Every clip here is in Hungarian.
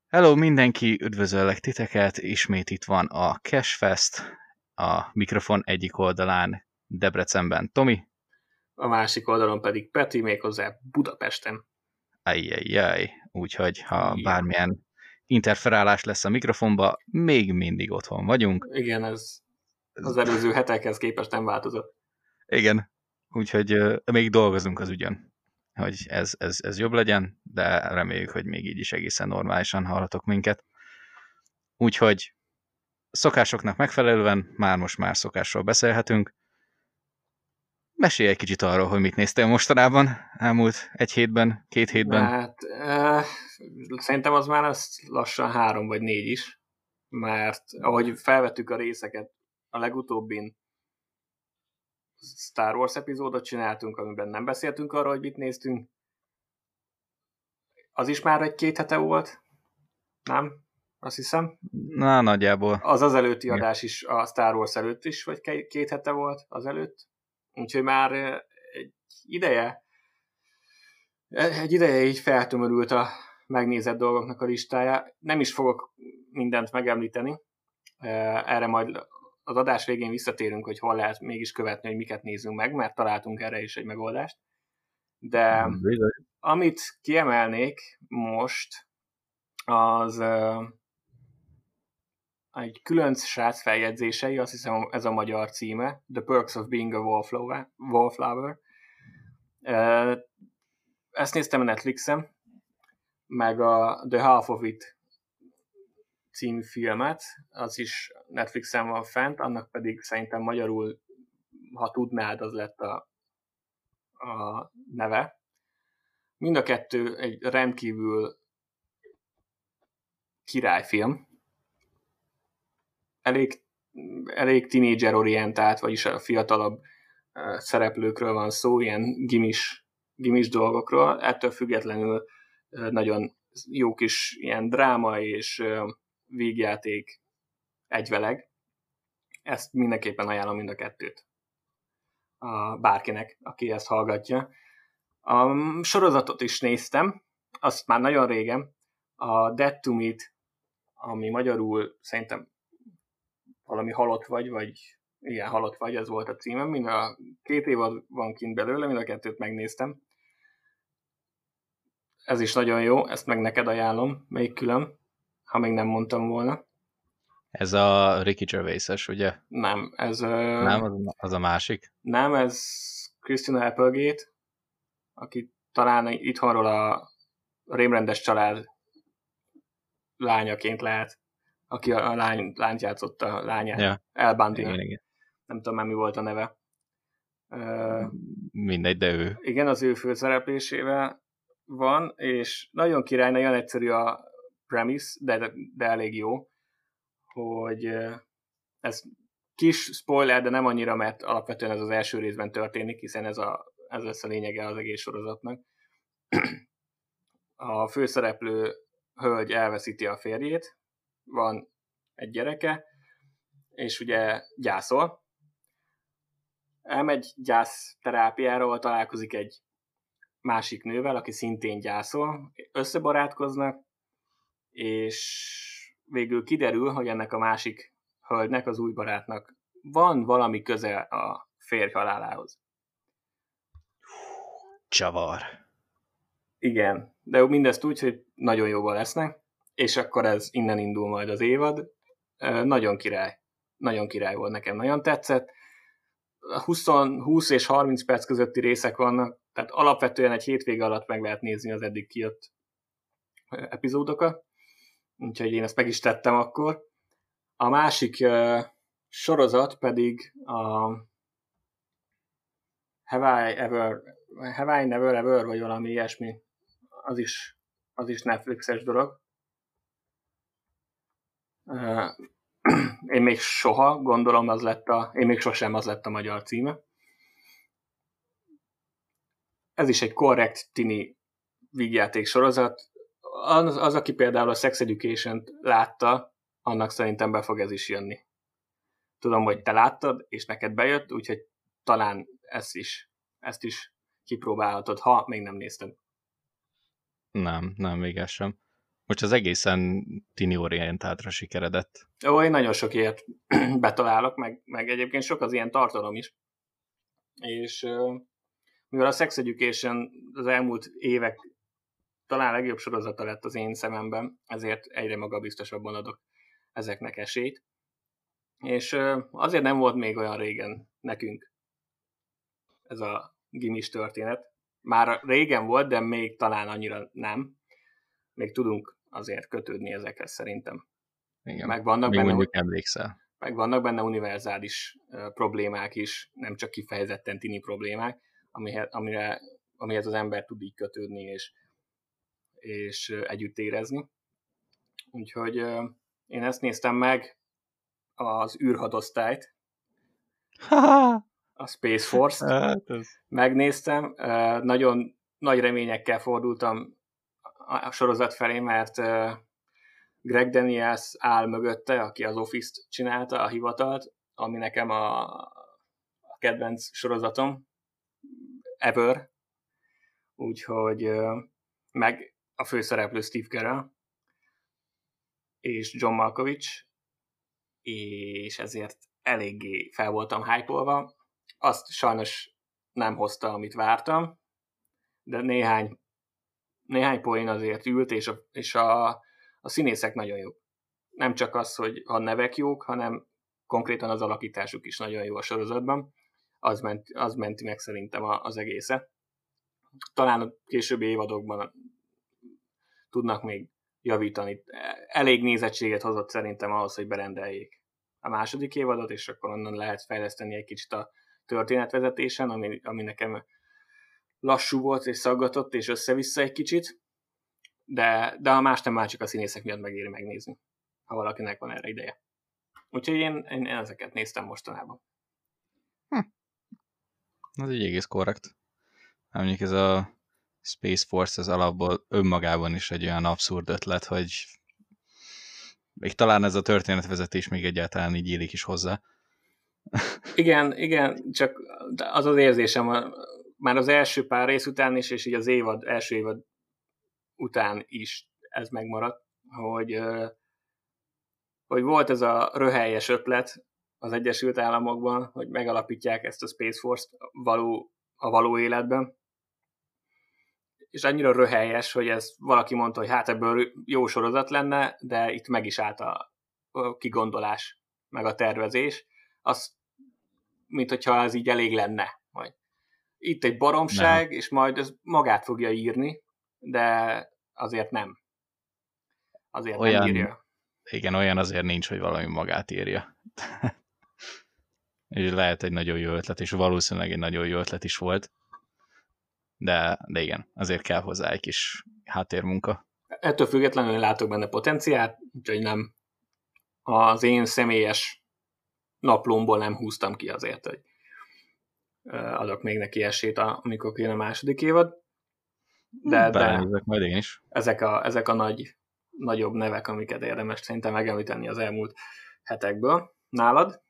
Hello mindenki, üdvözöllek titeket, ismét itt van a Cashfest, a mikrofon egyik oldalán Debrecenben Tomi. A másik oldalon pedig Peti, méghozzá Budapesten. Ajjajjaj, úgyhogy ha Ja. bármilyen interferálás lesz a mikrofonba, még mindig otthon vagyunk. Igen, ez az előző hetekhez képest nem változott. Igen, úgyhogy még dolgozunk az ügyön, hogy ez jobb legyen, de reméljük, hogy még így is egészen normálisan hallatok minket. Úgyhogy szokásoknak megfelelően most már szokásról beszélhetünk. Mesélj egy kicsit arról, hogy mit néztél mostanában, elmúlt egy hétben, 2 hétben. Hát, szerintem az már lesz lassan 3 vagy 4 is, mert ahogy felvettük a részeket, a legutóbbin Star Wars epizódot csináltunk, amiben nem beszéltünk arról, hogy mit néztünk. Az is már egy 2 hete volt, nem? Azt hiszem. Na, nagyjából. Az előtti adás is a Star Wars előtt is, vagy 2 hete volt az előtt. Úgyhogy már egy ideje így feltömörült a megnézett dolgoknak a listája. Nem is fogok mindent megemlíteni. Erre majd az adás végén visszatérünk, hogy hol lehet mégis követni, hogy miket nézzünk meg, mert találtunk erre is egy megoldást. De amit kiemelnék most, az egy külön srác feljegyzései, azt hiszem ez a magyar címe, The Perks of Being a Wallflower. Ezt néztem a Netflixen, meg a The Half of It című filmet, az is Netflixen van fent, annak pedig szerintem magyarul, ha tudnád, az lett a neve. Mind a kettő egy rendkívül királyfilm. Elég tínédzser-orientált, vagyis a fiatalabb szereplőkről van szó, ilyen gimis dolgokról. Ettől függetlenül nagyon jó kis ilyen dráma és vígjáték egyveleg. Ezt mindenképpen ajánlom mind a kettőt bárkinek, aki ezt hallgatja. A sorozatot is néztem, azt már nagyon régen, a Dead to Meet, ami magyarul szerintem valami halott vagy igen, halott vagy, ez volt a címem. Mind a 2 évad van kint belőle, mind a kettőt megnéztem. Ez is nagyon jó, ezt meg neked ajánlom, még külön, ha még nem mondtam volna. Ez a Ricky Gervais-es, ugye? Nem, ez... Nem, az a másik? Nem, ez Christina Applegate, aki talán itthonról a Rémrendes család lányaként lehet, aki a lányt játszotta, a lányát, ja. Elle Bundy. Nem tudom már mi volt a neve. Mindegy, de ő. Igen, az ő főszereplésével van, és nagyon király, nagyon egyszerű a premise, de elég jó, hogy ez kis spoiler, de nem annyira, mert alapvetően ez az első részben történik, hiszen ez lesz a lényege az egész sorozatnak. A főszereplő hölgy elveszíti a férjét, van egy gyereke, és ugye gyászol. Elmegy gyászterápiára, ahol találkozik egy másik nővel, aki szintén gyászol, összebarátkoznak, és végül kiderül, hogy ennek a másik hölgynek, az új barátnak van valami köze a férj halálához. Csavar. Igen, de mindezt úgy, hogy nagyon jóval lesznek, és akkor ez innen indul majd az évad. Nagyon király. Nagyon király volt, nekem nagyon tetszett. 20 és 30 perc közötti részek vannak, tehát alapvetően egy hétvége alatt meg lehet nézni az eddig kijött epizódokat, úgyhogy én ezt meg is tettem akkor. A másik sorozat pedig a Have I Never Ever, vagy valami ilyesmi, az is Netflixes dolog. Én még soha, gondolom én még sosem az lett a magyar címe. Ez is egy korrekt tini vígjáték sorozat. Az, aki például a Sex Education-t látta, annak szerintem be fog ez is jönni. Tudom, hogy te láttad, és neked bejött, úgyhogy talán ezt is kipróbálhatod, ha még nem nézted. Nem, még ez sem. most az egészen tini-orientáltra sikeredett. Ó, én nagyon sok ilyet betalálok, meg egyébként sok az ilyen tartalom is. És mivel a Sex Education az elmúlt évek talán legjobb sorozata lett az én szememben, ezért egyre magabiztosabban adok ezeknek esélyt. És azért nem volt még olyan régen nekünk ez a gimis történet. Már régen volt, de még talán annyira nem. Még tudunk azért kötődni ezekhez szerintem. Igen. Meg vannak még benne, mondjuk emlékszel. meg vannak benne univerzális problémák is, nem csak kifejezetten tini problémák, amihez az ember tud így kötődni és együtt érezni. Úgyhogy én ezt néztem meg, az űrhadosztályt, a Space Force-t megnéztem, nagyon nagy reményekkel fordultam a sorozat felé, mert Greg Daniels áll mögötte, aki az Office-t csinálta, a hivatalt, ami nekem a kedvenc sorozatom ever, úgyhogy meg a főszereplő Steve Carell és John Malkovich, és ezért eléggé fel voltam hype-olva. Azt sajnos nem hozta, amit vártam, de néhány poén azért ült, és a színészek nagyon jók. Nem csak az, hogy a nevek jók, hanem konkrétan az alakításuk is nagyon jó a sorozatban. Az menti meg szerintem az egészet. Talán a későbbi évadokban tudnak még javítani. Elég nézettséget hozott szerintem ahhoz, hogy berendeljék a második évadot, és akkor onnan lehet fejleszteni egy kicsit a történetvezetésen, ami nekem lassú volt, és szaggatott, és össze-vissza egy kicsit, de a más nem már csak a színészek miatt megéri megnézni, ha valakinek van erre ideje. Úgyhogy én ezeket néztem mostanában. Ez egy egész korrekt. Mondjuk ez a Space Force az alapból önmagában is egy olyan abszurd ötlet, hogy még talán ez a történetvezetés még egyáltalán így illik is hozzá. Igen, csak az érzésem már az első pár rész után is, és így az első évad után is ez megmaradt, hogy volt ez a röhelyes ötlet az Egyesült Államokban, hogy megalapítják ezt a Space Force-t a való életben, és annyira röhelyes, hogy ez valaki mondta, hogy hát ebből jó sorozat lenne, de itt meg is állt a kigondolás, meg a tervezés. Az, mint hogyha ez így elég lenne. Majd itt egy baromság, és majd ez magát fogja írni, de azért nem. Azért olyan, nem írja. Igen, olyan azért nincs, hogy valami magát írja. És lehet egy nagyon jó ötlet, és valószínűleg egy nagyon jó ötlet is volt. De igen, azért kell hozzá egy kis háttérmunka. Ettől függetlenül látok benne potenciált, úgyhogy nem az én személyes naplomból nem húztam ki azért, hogy adok még neki esélyt, amikor jön a második évad. De majd én is. Ezek a nagyobb nevek, amiket érdemes szerintem megemlíteni az elmúlt hetekből. Nálad?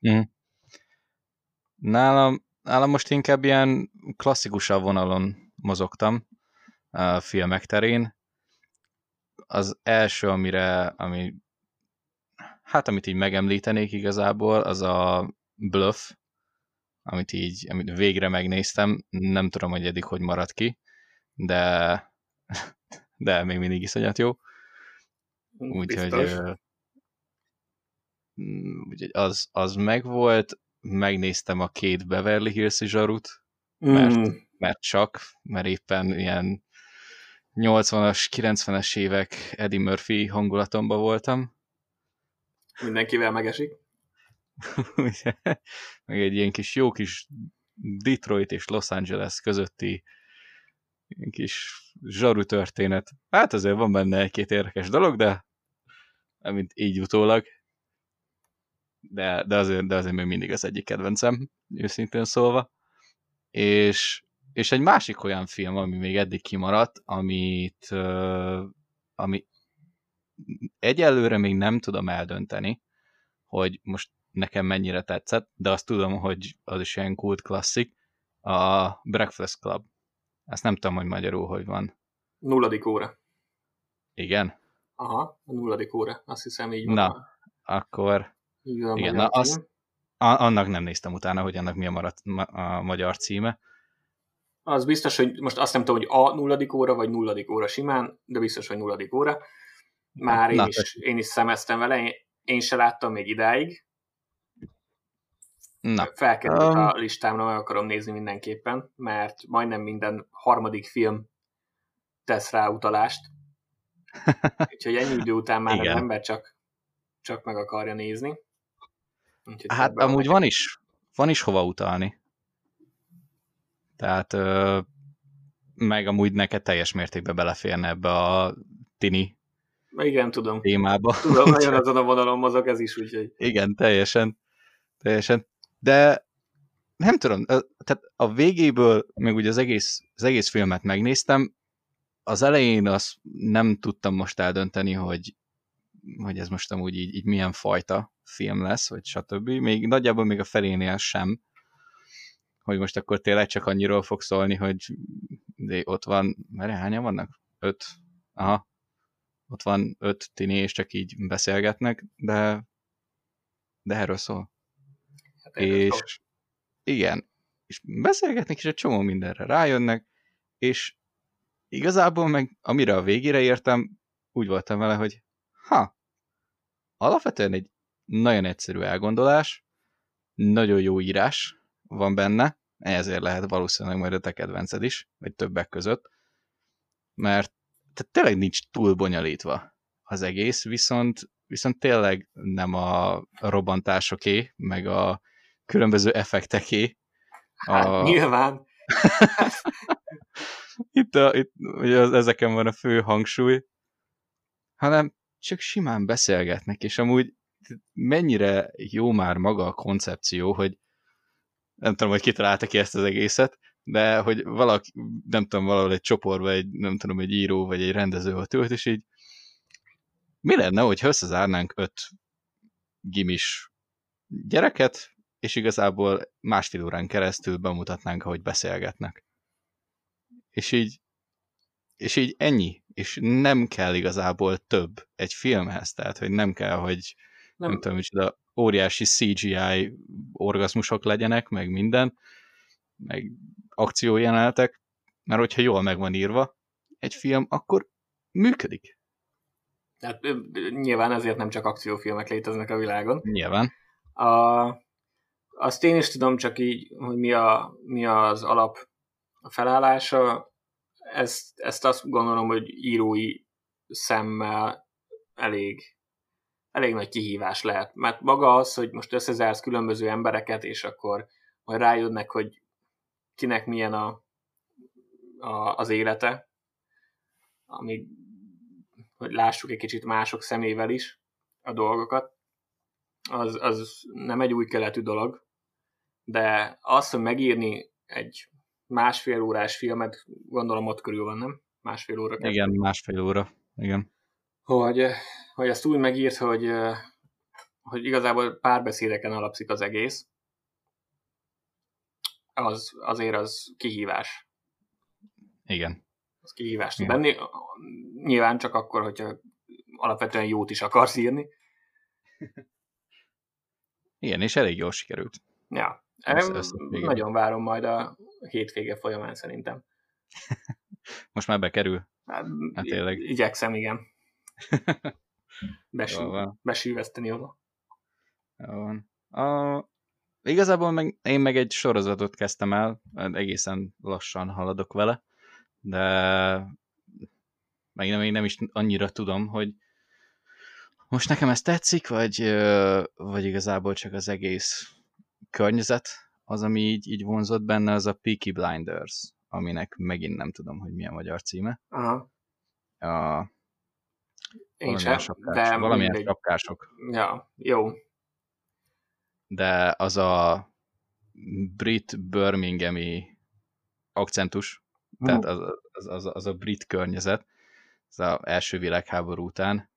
Nálam most inkább ilyen klasszikusabb vonalon mozogtam a filmek terén. Az első, amit így megemlítenék igazából, az a Bluff, amit végre megnéztem. Nem tudom, hogy eddig hogy maradt ki, de még mindig iszonyat jó. Úgyhogy az megvolt, megnéztem a 2 Beverly Hills-i zsarut, mert éppen ilyen 80-as, 90-es évek Eddie Murphy hangulatomban voltam. Mindenkivel megesik. Meg egy ilyen jó kis Detroit és Los Angeles közötti kis zsaru történet. Hát azért van benne egy-két érdekes dolog, de mint így utólag. De azért még mindig az egyik kedvencem, őszintén szólva. És egy másik olyan film, ami még eddig kimaradt, ami egyelőre még nem tudom eldönteni, hogy most nekem mennyire tetszett, de azt tudom, hogy az is ilyen kult klasszik, a Breakfast Club. Ezt nem tudom, hogy magyarul hogy van. 0. óra. Igen? Aha, a 0. óra, azt hiszem így van Na, akkor így van a igen, na magyar cím. annak nem néztem utána, hogy annak mi a magyar címe. Az biztos, hogy most azt nem tudom, hogy a 0. óra, vagy 0. óra simán, de biztos, hogy 0. óra. Már Na, én is szemeztem vele, én se láttam még idáig. na. Felkerült a listámra, meg akarom nézni mindenképpen, mert majdnem minden harmadik film tesz rá utalást. Úgyhogy ennyi idő után már az ember csak meg akarja nézni. Úgyhogy hát amúgy van is hova utalni. Tehát meg amúgy neked teljes mértékben beleférne ebbe a tini igen, tudom. témába. Tudom, nagyon azon a vonalon mozog ez is, úgyhogy... Igen, teljesen. De nem tudom, tehát a végéből, meg ugye az egész filmet megnéztem, az elején azt nem tudtam most eldönteni, hogy ez most amúgy így milyen fajta film lesz, vagy stb. Nagyjából még a felénél sem, hogy most akkor tényleg csak annyiról fog szólni, hogy ott van, mert hányan vannak? 5? Aha. Ott van 5 tini, és csak így beszélgetnek, de erről szól. Hát és szól. Igen, és beszélgetnek, és egy csomó mindenre rájönnek, és igazából meg, amire a végére értem, úgy voltam vele, hogy alapvetően egy nagyon egyszerű elgondolás, nagyon jó írás van benne, ezért lehet valószínűleg majd a te kedvenced is, vagy többek között, mert tehát tényleg nincs túl bonyolítva az egész, viszont tényleg nem a robbantásoké, meg a különböző effekteké. Hát nyilván. itt ugye ezeken van a fő hangsúly, hanem csak simán beszélgetnek, és amúgy mennyire jó már maga a koncepció, hogy nem tudom, hogy kitalálta ki ezt az egészet, de hogy valaki, nem tudom, valahol egy csoportban egy író, vagy egy rendező ott ült, és így mi lenne, hogyha összezárnánk 5 gimis gyereket, és igazából 1,5 órán keresztül bemutatnánk, ahogy beszélgetnek. És így ennyi. És nem kell igazából több egy filmhez, tehát, hogy nem kell, hogy nem tudom, micsoda óriási CGI orgazmusok legyenek, meg minden, meg akciójelenetek, mert hogyha jól meg van írva egy film, akkor működik. Hát nyilván ezért nem csak akciófilmek léteznek a világon. Nyilván. Azt én is tudom csak így, hogy mi az alap felállása. Ezt azt gondolom, hogy írói szemmel elég nagy kihívás lehet. Mert maga az, hogy most összezársz különböző embereket, és akkor majd rájönnek, hogy kinek milyen az élete, amíg hogy lássuk egy kicsit mások szemével is a dolgokat, az nem egy új keletű dolog, de azt, hogy megírni egy 1,5 órás filmet, gondolom ott körül van, nem? 1,5 óra. Igen, 1,5 óra. Igen. Hogy ezt úgy megírt, hogy igazából párbeszédeken alapszik az egész, azért az kihívás. Igen. Az kihívás tud lenni. Nyilván csak akkor, hogyha alapvetően jót is akarsz írni. Igen, és elég jól sikerült. Ja. Nagyon várom majd a hétvége folyamán szerintem. Most már bekerül? Hát tényleg. Igyekszem, igen. Besülveszteni oda. Jó van. Igazából én meg egy sorozatot kezdtem el, egészen lassan haladok vele, de még nem is annyira tudom, hogy most nekem ez tetszik, vagy igazából csak az egész környezet az, ami így vonzott benne, az a Peaky Blinders, aminek megint nem tudom, hogy milyen magyar címe. Aha. Valamilyen sapkások. Ja, jó. De az a brit birminghami akcentus, tehát az a brit környezet, az az első világháború után,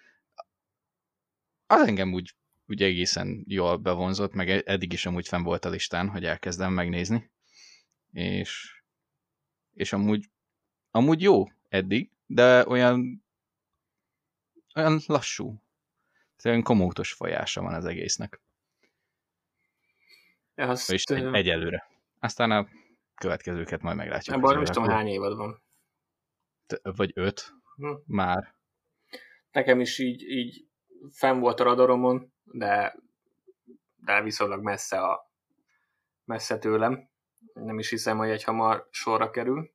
az engem úgy egészen jól bevonzott, meg eddig is amúgy fenn volt a listán, hogy elkezdem megnézni. És amúgy jó eddig, de olyan olyan lassú. Olyan komótos folyása van az egésznek. És egyelőre. Aztán a következőket majd meglátjuk. Ebben nem is tudom, hány évad van. Vagy 5 már. Nekem is így fenn volt a radaromon, de viszonylag messze tőlem. Nem is hiszem, hogy egyhamar sorra kerül.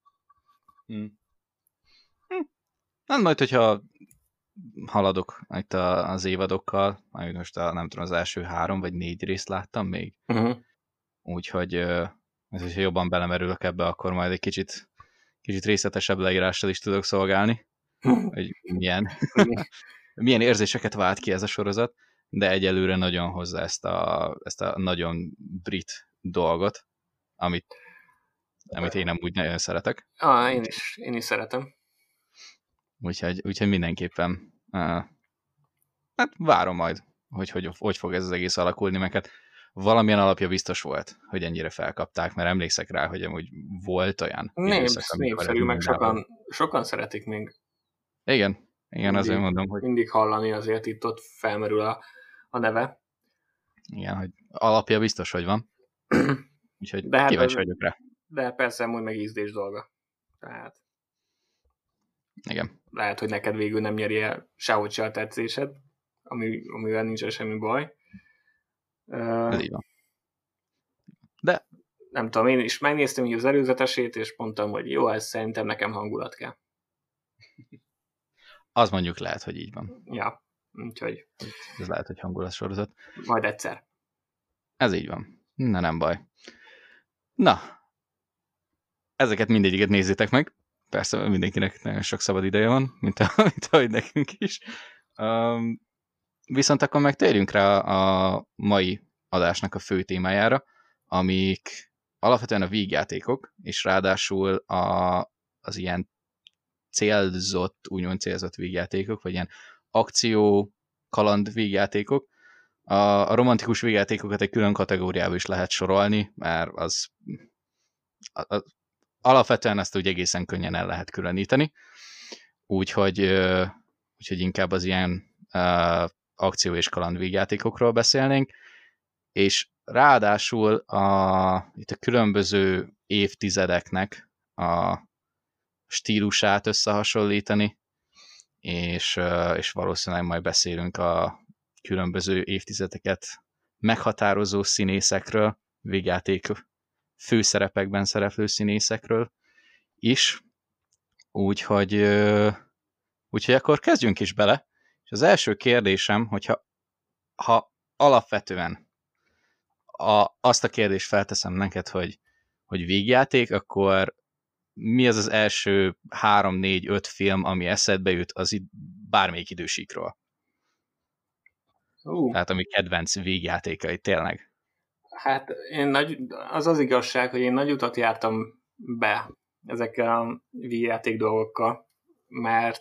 Nem majd, hogyha haladok itt az évadokkal, most nem tudom, az első 3 vagy 4 részt láttam még. Úgyhogy hogyha jobban belemerülök ebbe, akkor majd egy kicsit részletesebb leírással is tudok szolgálni, hogy milyen érzéseket vált ki ez a sorozat, de egyelőre nagyon hozza ezt a nagyon brit dolgot, amit én nem úgy nagyon szeretek. Én is szeretem. Úgyhogy mindenképpen hát várom majd, hogy fog ez az egész alakulni, meg hát valamilyen alapja biztos volt, hogy ennyire felkapták, mert emlékszek rá, hogy amúgy volt olyan népszerű, meg sokan szeretik még. Igen, azért mondom, hogy... Mindig hallani, azért itt-ott felmerül a neve. Igen, hogy alapja biztos, hogy van. Úgyhogy kíváncsi vagyok rá. De persze, úgy meg ízdés dolga. Tehát... Igen. Lehet, hogy neked végül nem nyeri el sehogy se a tetszésed, amivel nincsen semmi baj. Ez így van. De... Nem tudom, én is megnéztem így az előzetesét, és mondtam, hogy jó, ez szerintem nekem hangulat kell. Az mondjuk lehet, hogy így van. Ja, úgyhogy... Ez lehet, hogy hangulatsorozat. Majd egyszer. Ez így van. Na, nem baj. Na, ezeket mindegyiket nézzétek meg. Persze mindenkinek nagyon sok szabad ideje van, mint ahogy nekünk is. Viszont akkor megtérjünk rá a mai adásnak a fő témájára, amik alapvetően a vígjátékok, és ráadásul az ilyen úgymond célzott vígjátékok, vagy ilyen akció, kaland vígjátékok. A romantikus vígjátékokat egy külön kategóriába is lehet sorolni, mert az alapvetően ezt úgy egészen könnyen el lehet különíteni. Úgyhogy inkább az ilyen akció- és kalandvígjátékokról beszélnénk, és ráadásul itt a különböző évtizedeknek a stílusát összehasonlítani, és valószínűleg majd beszélünk a különböző évtizedeket meghatározó színészekről, vígjáték főszerepekben szereplő színészekről is. Úgyhogy akkor kezdjünk is bele. És az első kérdésem, hogyha alapvetően azt a kérdést felteszem neked, hogy vígjáték, akkor mi az első 3, 4, 5 film, ami eszedbe jut az bármelyik idősíkról? Tehát ami kedvenc vígjátékai, tényleg. Hát az igazság, hogy én nagy utat jártam be ezekkel a vígjáték dolgokkal, mert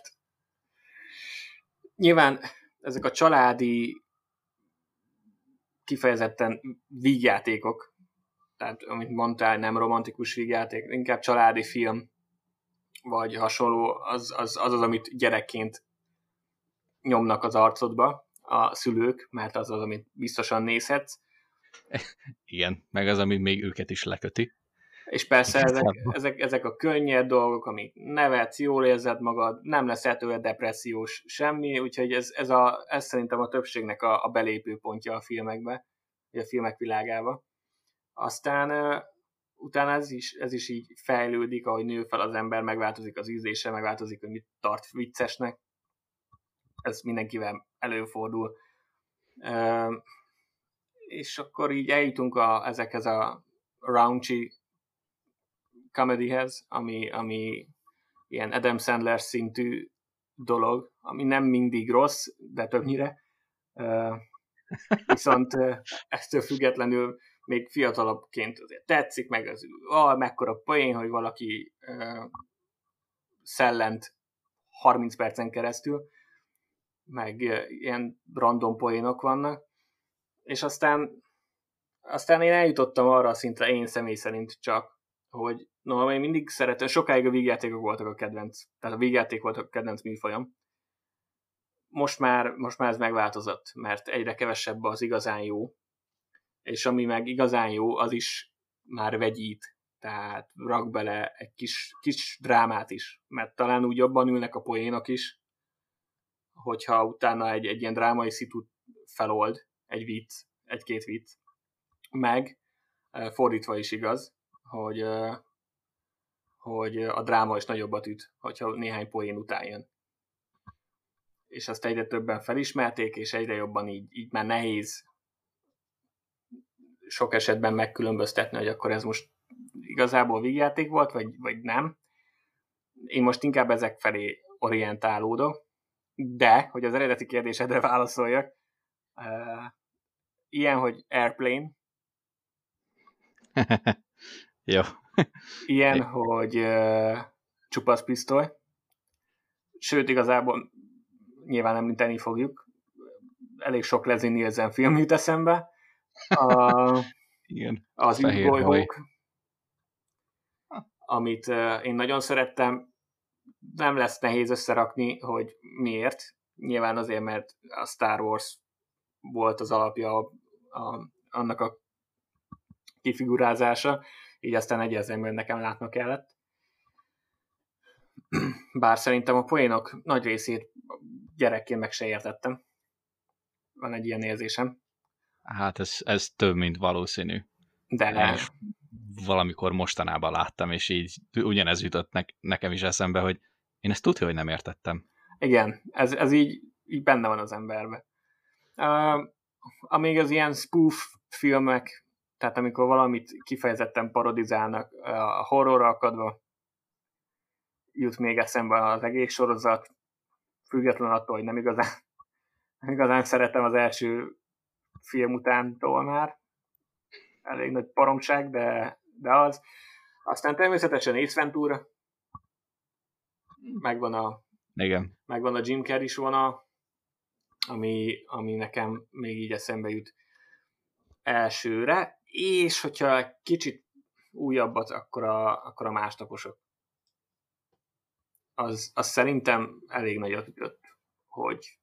nyilván ezek a családi kifejezetten vígjátékok, tehát amit mondtál, nem romantikus vígjáték, inkább családi film, vagy hasonló, az, amit gyerekként nyomnak az arcodba a szülők, mert az, amit biztosan nézhetsz. Igen, meg az, ami még őket is leköti. És persze ezek a könnyed dolgok, amik nevetsz, jól érzed magad, nem lesz ettől depressziós semmi, úgyhogy ez szerintem a többségnek a belépő pontja a filmekbe, vagy a filmek világába. Aztán utána ez is így fejlődik, ahogy nő fel az ember, megváltozik az ízlése, megváltozik, hogy mit tart viccesnek. Ez mindenkivel előfordul. És akkor így eljutunk ezekhez a raunchy comedyhez, ami ilyen Adam Sandler szintű dolog, ami nem mindig rossz, de többnyire. Viszont ettől függetlenül még fiatalabbként azért tetszik, meg az mekkora poén, hogy valaki szellent 30 percen keresztül, meg ilyen random poénok vannak, és aztán én eljutottam arra a szintre, én személy szerint csak, hogy én mindig szeretem, sokáig a vígjátékok voltak a kedvenc, tehát a vígjáték volt a kedvenc műfajom, most már ez megváltozott, mert egyre kevesebb az igazán jó, és ami meg igazán jó, az is már vegyít, tehát rak bele egy kis drámát is, mert talán úgy jobban ülnek a poénok is, hogyha utána egy ilyen drámai szitut felold, egy-két vicc, meg fordítva is igaz, hogy a dráma is nagyobbat üt, hogyha néhány poén után jön. És azt egyre többen felismerték, és egyre jobban így már nehéz sok esetben megkülönböztetni, hogy akkor ez most igazából vígjáték volt, vagy nem. Én most inkább ezek felé orientálódok, de, hogy az eredeti kérdésedre válaszoljak, ilyen, hogy Airplane, Jó. ilyen, hogy Csupasz pisztoly, sőt, igazából nyilván említeni fogjuk, elég sok Leslie Nielsen film jut eszembe, Igen. az űrgolyhók, amit én nagyon szerettem, nem lesz nehéz összerakni, hogy miért. Nyilván azért, mert a Star Wars volt az alapja annak a kifigurázása, így aztán egyértelműen nekem látnak kellett. Bár szerintem a poénok nagy részét gyerekként meg se értettem. Van egy ilyen érzésem. Hát ez több, mint valószínű. De és valamikor mostanában láttam, és így ugyanez jutott nekem is eszembe, hogy én ezt tudja, hogy nem értettem. Igen, ez így benne van az emberben. Amíg az ilyen spoof filmek, tehát amikor valamit kifejezetten parodizálnak, a horrorra akadva jut még eszembe az egész sorozat, függetlenül attól, hogy nem igazán szeretem az első film utántól már. Elég nagy paromság, de az. Aztán természetesen Ace Ventura, megvan a Jim Carrey vonal, ami nekem még így eszembe jut elsőre, és hogyha kicsit újabbat, akkor a másnaposok. Az szerintem elég nagyot ütött, hogy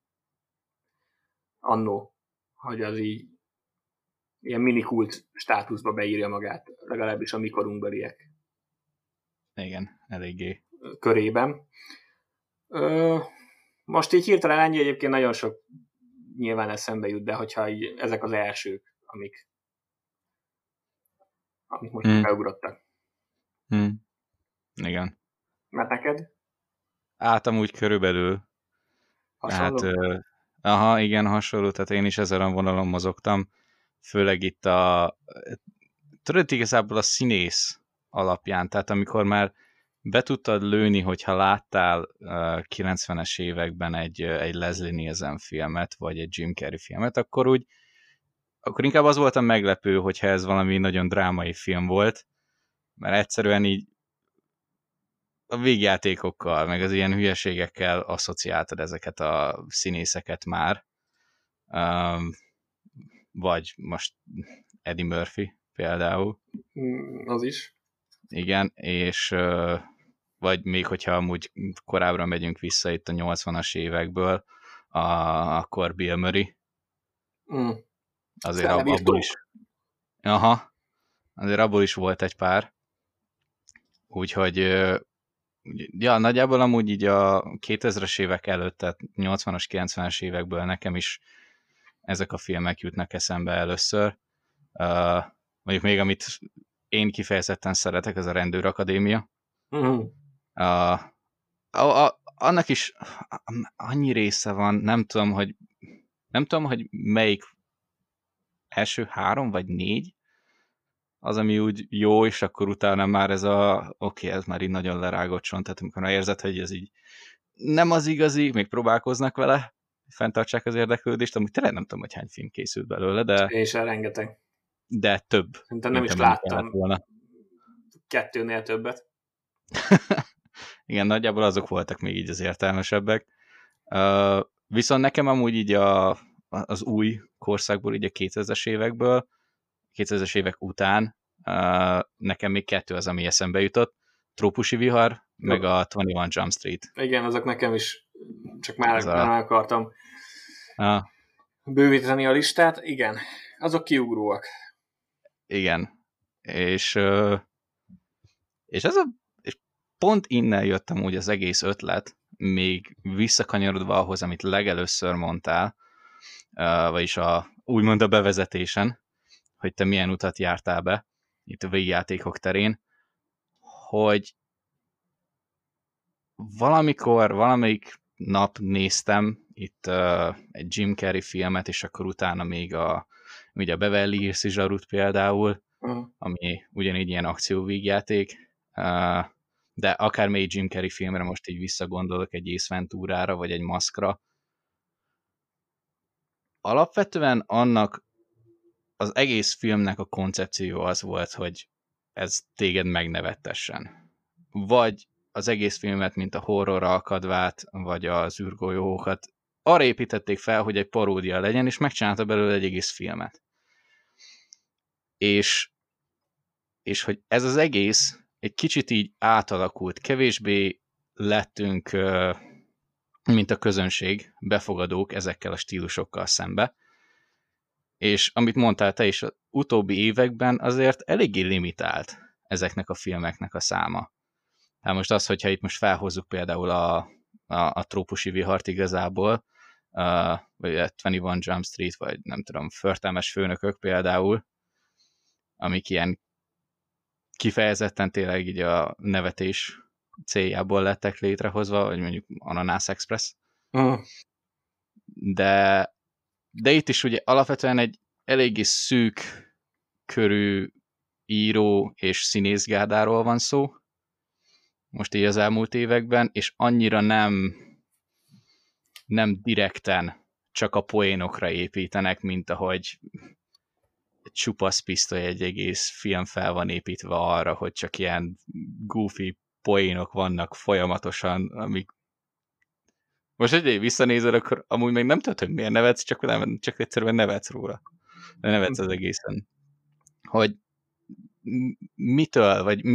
annó, hogy az így ilyen minikult státuszba beírja magát, legalábbis a mi korunkbeliek. Igen, eléggé. Körében. Most így hirtelen ennyi, egyébként nagyon sok nyilván eszembe jut, de hogyha így, ezek az elsők, amik most beugrottak. Igen. Mert neked? Hát amúgy körülbelül. Hasonló? Hát, igen, hasonló, tehát én is ezen a vonalon mozogtam, főleg itt tudod, igazából a színész alapján, tehát amikor már be tudtad lőni, hogyha láttál 90-es években egy Leslie Nielsen filmet, vagy egy Jim Carrey filmet, akkor inkább az volt a meglepő, hogyha ez valami nagyon drámai film volt, mert egyszerűen így a végjátékokkal, meg az ilyen hülyeségekkel asszociáltad ezeket a színészeket már. Vagy most Eddie Murphy például. Az is. Igen, és vagy még hogyha amúgy korábbra megyünk vissza itt a 80-as évekből, akkor Bill Murray. Azért abból is. Azért abból is volt egy pár. Úgyhogy ja, nagyjából amúgy így a 2000-es évek előtt, tehát 80-as, 90-es évekből nekem is ezek a filmek jutnak eszembe először. Mondjuk még amit én kifejezetten szeretek, ez a Rendőrakadémia. Annak is annyi része van, nem tudom, hogy melyik első 3 vagy 4 az, ami úgy jó, és akkor utána már ez ez már így nagyon lerágocson, tehát amikor érzed, hogy ez így nem az igazi, még próbálkoznak vele, fenntartsák az érdeklődést, amúgy tényleg nem tudom, hogy hány film készült belőle, de... És rengeteg. De több. Szerintem nem is láttam 2-nél többet. Igen, nagyjából azok voltak még így az értelmesebbek. Viszont nekem amúgy így az új korszakból, így a 2000-es évekből, 2000-es évek után nekem még 2 az, ami eszembe jutott. Trópusi vihar, meg a 21 Jump Street. Igen, azok nekem is csak már nem akartam bővíteni a listát. Igen, azok kiugróak. Igen. És és pont innen jöttem úgy az egész ötlet, még visszakanyarodva ahhoz, amit legelőször mondtál, vagyis úgymond a bevezetésen, hogy te milyen utat jártál be itt a végjátékok terén, hogy valamelyik nap néztem itt egy Jim Carrey filmet, és akkor utána még ugye a Beverly Hills Zsarut például, ami ugyanígy ilyen akcióvígjáték, de akár még Jim Carrey filmre most így visszagondolok, egy Ace Venturára, vagy egy Maskra. Alapvetően annak az egész filmnek a koncepció az volt, hogy ez téged megnevettessen. Vagy az egész filmet, mint a horror alkadvát, vagy az űrgolyókat arra építették fel, hogy egy paródia legyen, és megcsinálta belőle egy egész filmet. És hogy ez az egész egy kicsit így átalakult, kevésbé lettünk, mint a közönség, befogadók ezekkel a stílusokkal szembe. És amit mondtál te is, az utóbbi években azért eléggé limitált ezeknek a filmeknek a száma. Hát most az, hogyha itt most felhozzuk például a trópusi vihart igazából, vagy a 21 Jump Street, vagy nem tudom, Förtelmes főnökök például, amik ilyen kifejezetten tényleg így a nevetés céljából lettek létrehozva, vagy mondjuk Ananász Express. De itt is ugye alapvetően egy eléggé szűk körű író és színészgárdáról van szó, most így az elmúlt években, és annyira nem direkten csak a poénokra építenek, mint ahogy egy csupasz pisztoly egy egész film fel van építve arra, hogy csak ilyen goofy poénok vannak folyamatosan, amik most egy visszanézed, akkor amúgy még nem tudod, hogy miért nevetsz, csak egyszerűen nevetsz róla. De nevetsz az egészen. Hogy mitől, vagy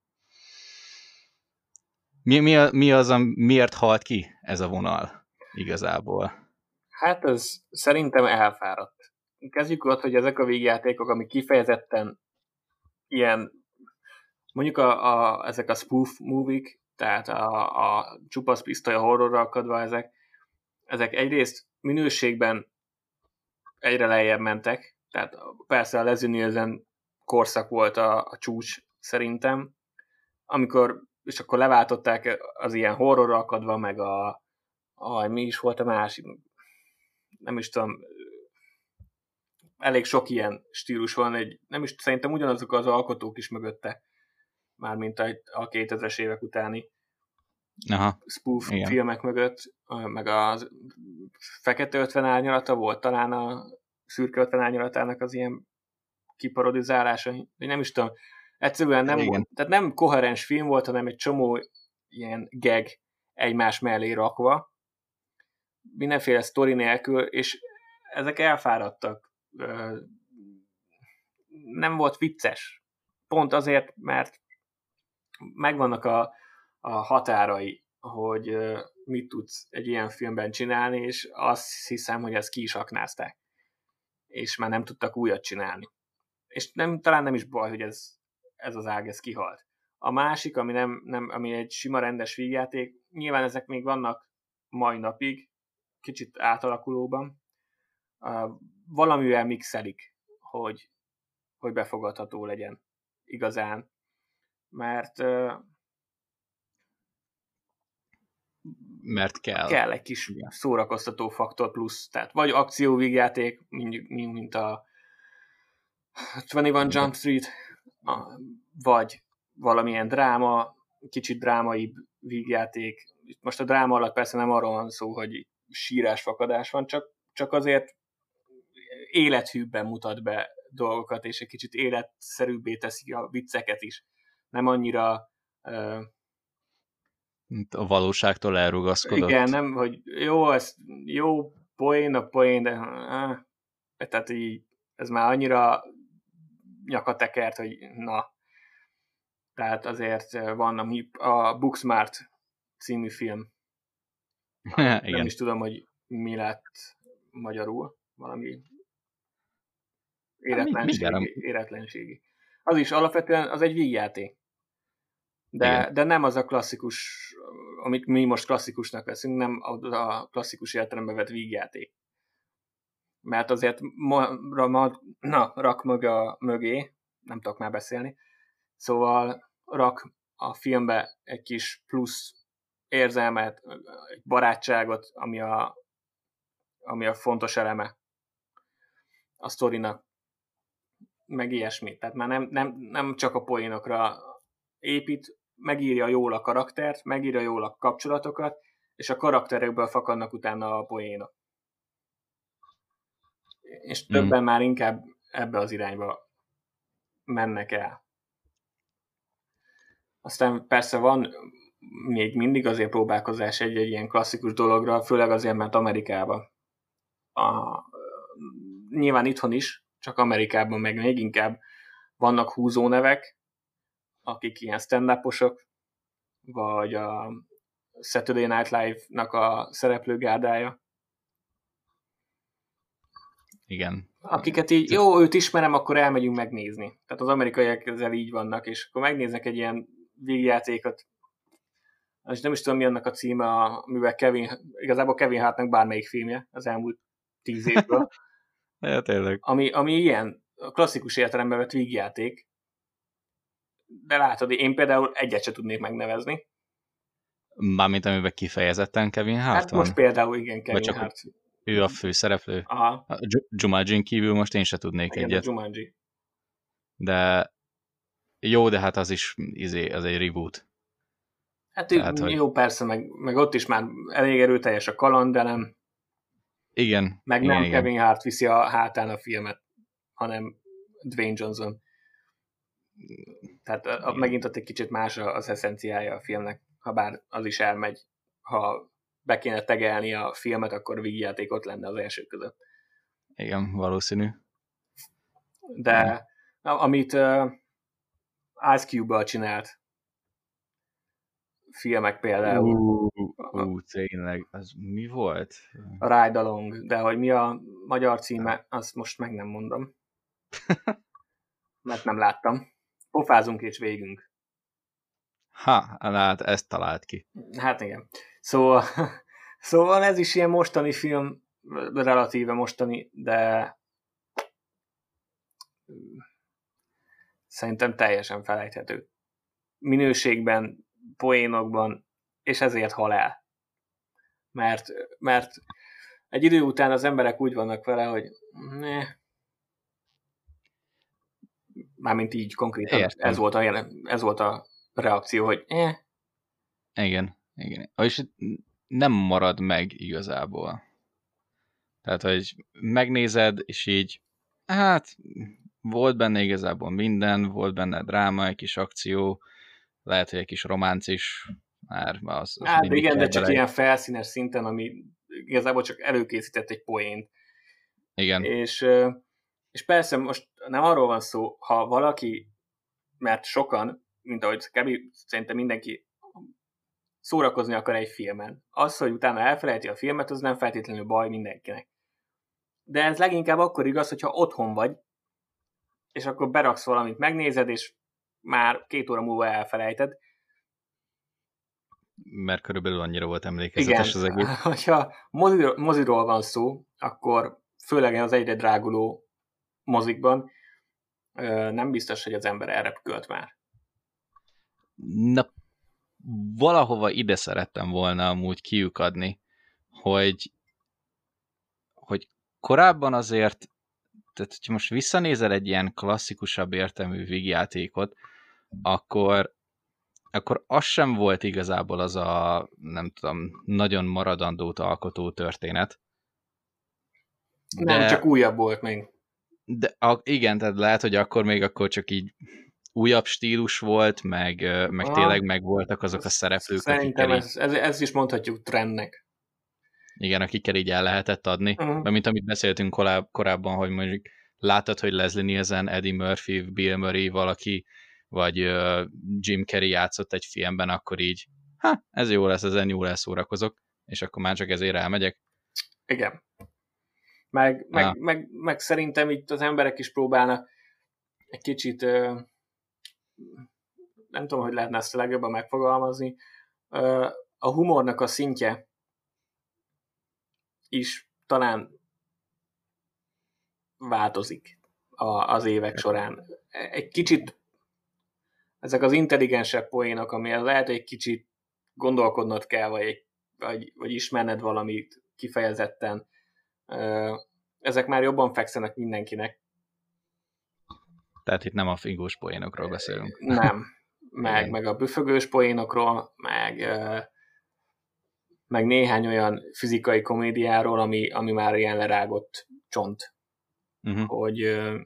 mi az, miért halt ki ez a vonal igazából? Hát ez szerintem elfáradt. Kezdjük ott, hogy ezek a vígjátékok, amik kifejezetten ilyen, mondjuk ezek a spoof movie-k, tehát a csupasz pisztoly, a horrorra akadva, ezek egyrészt minőségben egyre lejjebb mentek, tehát persze a Leslie Nielsen korszak volt a csúcs szerintem, és akkor leváltották az ilyen horrorra akadva, meg mi is volt a másik, nem is tudom, elég sok ilyen stílus van, nem is szerintem ugyanazok az alkotók is mögötte, mármint a 2000-es évek utáni spoof igen. Filmek mögött, meg a Fekete 50 árnyalata volt talán a Szürke 50 árnyalatának az ilyen kiparodizálása, nem is tudom, egyszerűen nem volt, tehát nem koherens film volt, hanem egy csomó ilyen gag egymás mellé rakva, mindenféle sztori nélkül, és ezek elfáradtak. Nem volt vicces. Pont azért, mert megvannak a határai, hogy mit tudsz egy ilyen filmben csinálni, és azt hiszem, hogy ezt ki is aknázták. És már nem tudtak újat csinálni. És talán nem is baj, hogy ez az ág, ez kihalt. A másik, ami egy sima rendes vígjáték, nyilván ezek még vannak mai napig, kicsit átalakulóban, valamivel mixelik, hogy befogadható legyen igazán. Mert kell egy kis szórakoztató faktor plusz, tehát vagy akcióvígjáték, mint a 21 Jump Street, vagy valamilyen dráma, kicsit drámaibb vígjáték. Most a dráma alatt persze nem arról van szó, hogy sírás-fakadás van, csak azért élethűbben mutat be dolgokat, és egy kicsit életszerűbbé teszi a vicceket is. Nem annyira a valóságtól elrugaszkodott. Igen, nem, hogy jó poén, de tehát így ez már annyira nyakatekert, hogy na. Tehát azért van a Booksmart című film. Nem is tudom, hogy mi lett magyarul, valami éretlenségi. Az is alapvetően az egy vígjáték. De nem az a klasszikus, amit mi most klasszikusnak veszünk, nem a klasszikus értelembe vett vígjáték. Mert azért rak mögé, nem tudok már beszélni, szóval rak a filmbe egy kis plusz érzelmet, egy barátságot, ami a fontos eleme a sztorinak, meg ilyesmi. Tehát már nem csak a poénokra épít, megírja jól a karaktert, megírja jól a kapcsolatokat, és a karakterekből fakadnak utána a poénok. És többen már inkább ebbe az irányba mennek el. Aztán persze van még mindig azért próbálkozás egy ilyen klasszikus dologra, főleg azért, mert Amerikában. Nyilván itthon is, csak Amerikában meg még inkább vannak húzónevek, akik ilyen stand-uposok, vagy a Saturday Night Live-nak a szereplőgárdája. Igen. Akiket így, jó, őt ismerem, akkor elmegyünk megnézni. Tehát az amerikaiak ezzel így vannak, és akkor megnéznek egy ilyen vígjátékot, és nem is tudom, mi annak a címe, amivel igazából Kevin Hartnak bármelyik filmje az elmúlt 10 évből. Ja, tényleg. Ami ilyen klasszikus értelemben vett vígjáték, de látod, én például egyet se tudnék megnevezni. Mármint amiben kifejezetten Kevin Hart Hát most például igen, Kevin Hart. Ő a főszereplő. Aha. A Jumanjin kívül most én se tudnék igen, egyet. A Jumanji. De jó, de hát az is az egy reboot. Hát tehát, jó, persze, meg ott is már elég erőteljes a kaland, de nem. Igen. Meg igen, nem igen. Kevin Hart viszi a hátán a filmet, hanem Dwayne Johnson. Tehát megint ott egy kicsit más az eszenciája a filmnek, ha bár az is elmegy. Ha be kéne tegelni a filmet, akkor vígjáték ott lenne az első között. Igen, valószínű. De amit Ice Cube-bal csinált filmek például. Tényleg, az mi volt? A Ride Along, de hogy mi a magyar címe, azt most meg nem mondom. Mert nem láttam. Pofázunk és végünk. Hát ezt talált ki. Hát igen. Szóval ez is ilyen mostani film, relatíve mostani, de szerintem teljesen felejthető. Minőségben, poénokban, és ezért hal el. Mert egy idő után az emberek úgy vannak vele, hogy mármint így konkrétan ez volt a reakció, hogy Igen. És nem marad meg igazából. Tehát, hogy megnézed, és így hát volt benne igazából minden, volt benne dráma, egy kis akció, lehet, hogy egy kis románc is. Az hát igen, de csak ilyen felszínes szinten, ami igazából csak előkészített egy poént. Igen. És persze most nem arról van szó, ha valaki, mert sokan, mint ahogy szerintem mindenki szórakozni akar egy filmen. Az, hogy utána elfelejti a filmet, az nem feltétlenül baj mindenkinek. De ez leginkább akkor igaz, hogyha otthon vagy, és akkor beraksz valamit, megnézed, és már 2 óra múlva elfelejted. Mert körülbelül annyira volt emlékezetes az egész. Hogyha moziról van szó, akkor főleg az egyre dráguló mozikban nem biztos, hogy az ember erre költ már. Na, valahova ide szerettem volna amúgy kiukadni, hogy korábban azért, tehát hogyha most visszanézel egy ilyen klasszikusabb értelmű vígjátékot, akkor az sem volt igazából az a, nem tudom, nagyon maradandót alkotó történet. Nem, csak újabb volt még. De igen, tehát lehet, hogy akkor csak így újabb stílus volt, meg tényleg megvoltak azok a szereplők, szerintem ez is mondhatjuk trendnek. Igen, akikkel így el lehetett adni. Mert mint amit beszéltünk korábban, hogy mondjuk látod, hogy Leslie Nielsen, Eddie Murphy, Bill Murray valaki, vagy Jim Carrey játszott egy filmben, akkor így, ez jó lesz, ezen jól elszórakozok. és akkor már csak ezért elmegyek. Igen. Meg szerintem itt az emberek is próbálnak egy kicsit, nem tudom, hogy lehetne ezt a legjobban megfogalmazni, a humornak a szintje is talán változik az évek során. Egy kicsit ezek az intelligensebb poénok, amihez lehet, egy kicsit gondolkodnod kell, vagy ismerned valamit kifejezetten, ezek már jobban fekszenek mindenkinek. Tehát itt nem a fingós poénokról beszélünk. Nem. Meg a büfögős poénokról, meg néhány olyan fizikai komédiáról, ami már ilyen lerágott csont. Hogy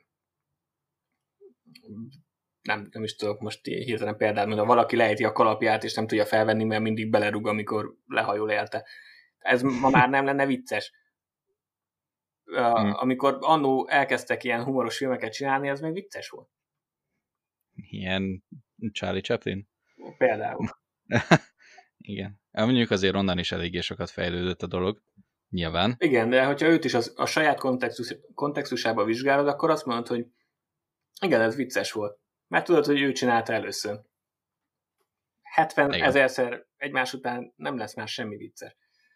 nem is tudok most hirtelen példát mondani, valaki lejti a kalapját, és nem tudja felvenni, mert mindig belerúg, amikor lehajol érte. Ez ma már nem lenne vicces. Amikor annó elkezdtek ilyen humoros filmeket csinálni, ez még vicces volt. Ilyen Charlie Chaplin? Például. Igen. Mondjuk azért onnan is eléggé sokat fejlődött a dolog. Nyilván. Igen, de hogyha őt is a saját kontextusába vizsgálod, akkor azt mondod, hogy igen, ez vicces volt. Mert tudod, hogy ő csinálta először. 70 000-szer egymás után nem lesz már semmi vicces.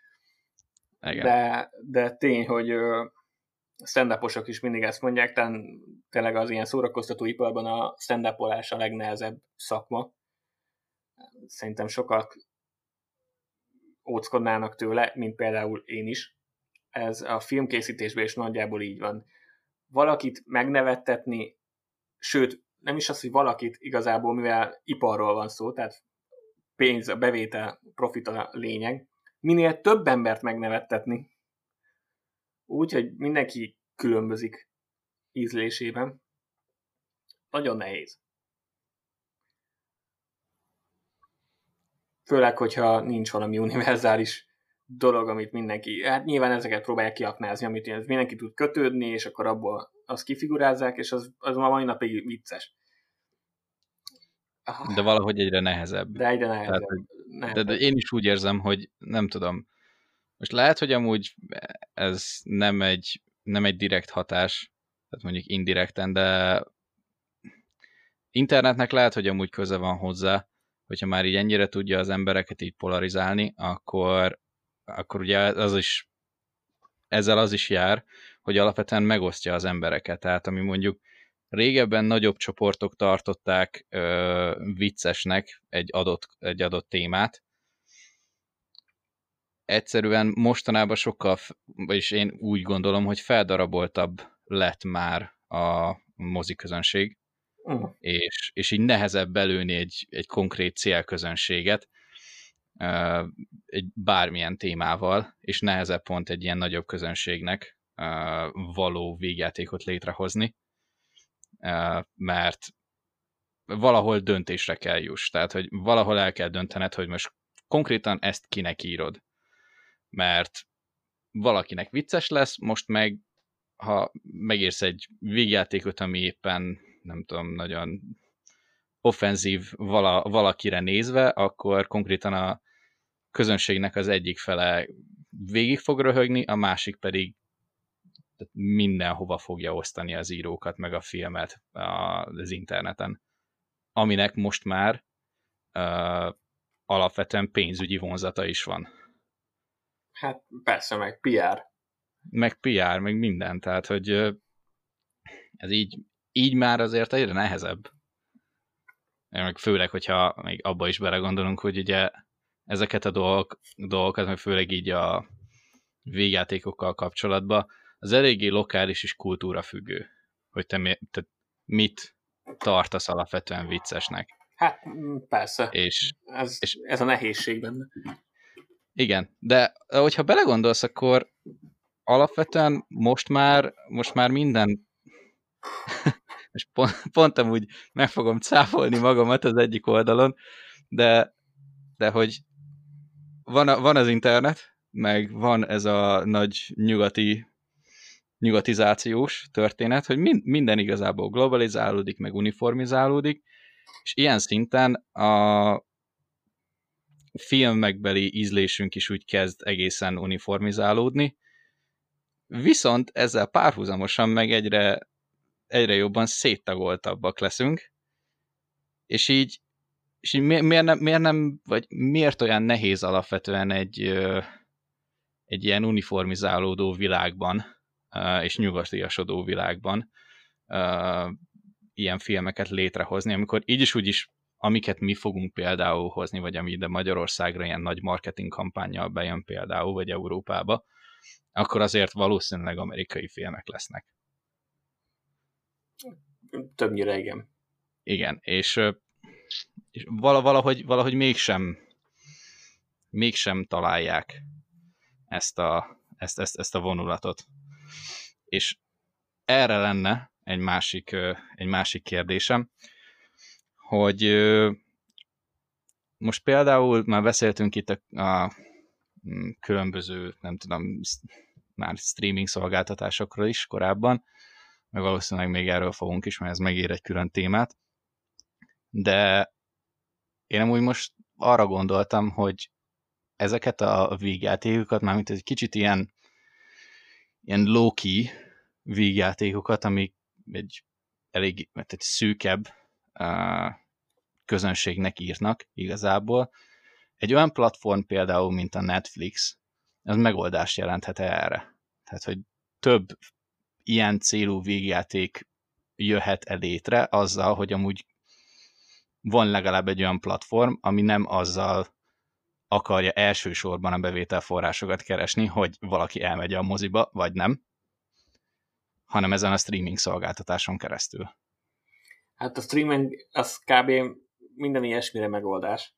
De tény, hogy stand-uposok is mindig ezt mondják, tényleg az ilyen szórakoztató iparban a stand-upolás a legnehezebb szakma. Szerintem sokat óckodnának tőle, mint például én is. Ez a filmkészítésben is nagyjából így van. Valakit megnevettetni, sőt, nem is az, hogy valakit igazából, mivel iparról van szó, tehát pénz, a bevétel, profit a lényeg, minél több embert megnevettetni, úgy, hogy mindenki különbözik ízlésében, nagyon nehéz. Főleg, hogyha nincs valami univerzális dolog, amit mindenki, hát nyilván ezeket próbálják kiaknázni, amit mindenki tud kötődni, és akkor abból azt kifigurázzák, és az ma mai napig vicces. De valahogy egyre nehezebb. De egyre nehezebb. Tehát, de én is úgy érzem, hogy nem tudom. Most lehet, hogy amúgy ez nem egy direkt hatás, tehát mondjuk indirekten, de internetnek lehet, hogy amúgy köze van hozzá, hogyha már így ennyire tudja az embereket így polarizálni, akkor ugye ezzel az is jár, hogy alapvetően megosztja az embereket. Tehát ami mondjuk régebben nagyobb csoportok tartották viccesnek egy adott témát, egyszerűen mostanában sokkal, vagyis én úgy gondolom, hogy feldaraboltabb lett már a moziközönség, és így nehezebb belőni egy konkrét célközönséget egy bármilyen témával, és nehezebb pont egy ilyen nagyobb közönségnek való végjátékot létrehozni, mert valahol döntésre kell juss. Tehát, hogy valahol el kell döntened, hogy most konkrétan ezt kinek írod. Mert valakinek vicces lesz, most meg, ha megérsz egy végjátékot, ami éppen, nem tudom, nagyon offenzív valakire nézve, akkor konkrétan a közönségnek az egyik fele végig fog röhögni, a másik pedig mindenhova fogja osztani az írókat, meg a filmet az interneten. Aminek most már alapvetően pénzügyi vonzata is van. Hát persze, meg PR. Meg PR, meg minden, tehát, hogy ez így már azért egyre nehezebb. Meg főleg, hogyha még abba is belegondolunk, hogy ugye ezeket a dolgokat, meg főleg így a végjátékokkal kapcsolatban, az eléggé lokális és kultúra függő, hogy te mit tartasz alapvetően viccesnek. Hát persze, ez a nehézség benne. Igen, de hogyha belegondolsz, akkor alapvetően most már minden és pont amúgy meg fogom cáfolni magamat az egyik oldalon, de hogy van az internet, meg van ez a nagy nyugatizációs történet, hogy minden igazából globalizálódik, meg uniformizálódik, és ilyen szinten filmekbeli ízlésünk is úgy kezd egészen uniformizálódni, viszont ezzel párhuzamosan meg egyre jobban széttagoltabbak leszünk, és így miért olyan nehéz alapvetően egy ilyen uniformizálódó világban, és nyugatiasodó világban ilyen filmeket létrehozni, amikor így is úgy is, amiket mi fogunk például hozni, vagy ami ide Magyarországra ilyen nagy marketing kampánnyal bejön például, vagy Európába, akkor azért valószínűleg amerikai filmek lesznek. Többnyire igen. Igen, és valahogy mégsem találják ezt a vonulatot. És erre lenne egy másik kérdésem, hogy most például már beszéltünk itt a különböző, nem tudom, már streaming szolgáltatásokról is korábban, meg valószínűleg még erről fogunk is, mert ez megér egy külön témát, de én amúgy most arra gondoltam, hogy ezeket a vígjátékokat, mármint egy kicsit ilyen low-key vígjátékokat, amik egy szűkebb közönségnek írnak igazából. Egy olyan platform például, mint a Netflix, az megoldást jelenthet erre. Tehát, hogy több ilyen célú vígjáték jöhet létre azzal, hogy amúgy van legalább egy olyan platform, ami nem azzal akarja elsősorban a bevételforrásokat keresni, hogy valaki elmegy a moziba, vagy nem, hanem ezen a streaming szolgáltatáson keresztül. Hát a streaming az kb. Minden ilyesmire megoldás.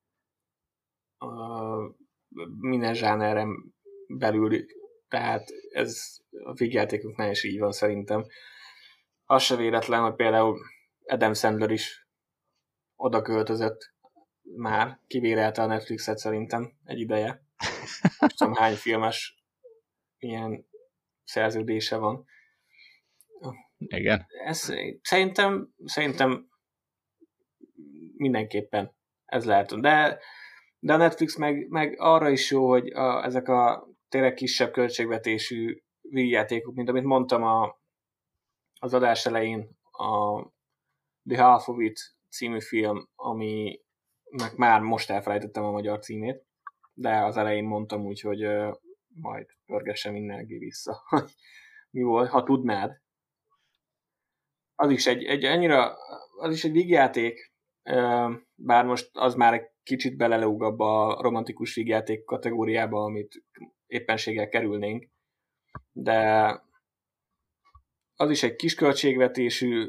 Minden zsánerem belül, tehát ez a vígjátékoknál is így van szerintem. Az se véletlen, hogy például Adam Sandler is oda költözött már, kivérelte a Netflixet szerintem egy ideje. Nem tudom, hány filmes ilyen szerződése van. Igen. Ez, szerintem mindenképpen ez lehet. De a Netflix meg arra is jó, hogy ezek a tényleg kisebb költségvetésű vígjátékok, mint amit mondtam az adás elején, a The Half of It című film, ami már most elfelejtettem a magyar címét, de az elején mondtam úgy, hogy majd pörgessem mindenki vissza. Mi volt, ha tudnád. Az is egy vígjáték, bár most az már egy kicsit belelóg abba a romantikus vígjáték kategóriába, amit éppenséggel kerülnénk, de az is egy kis költségvetésű,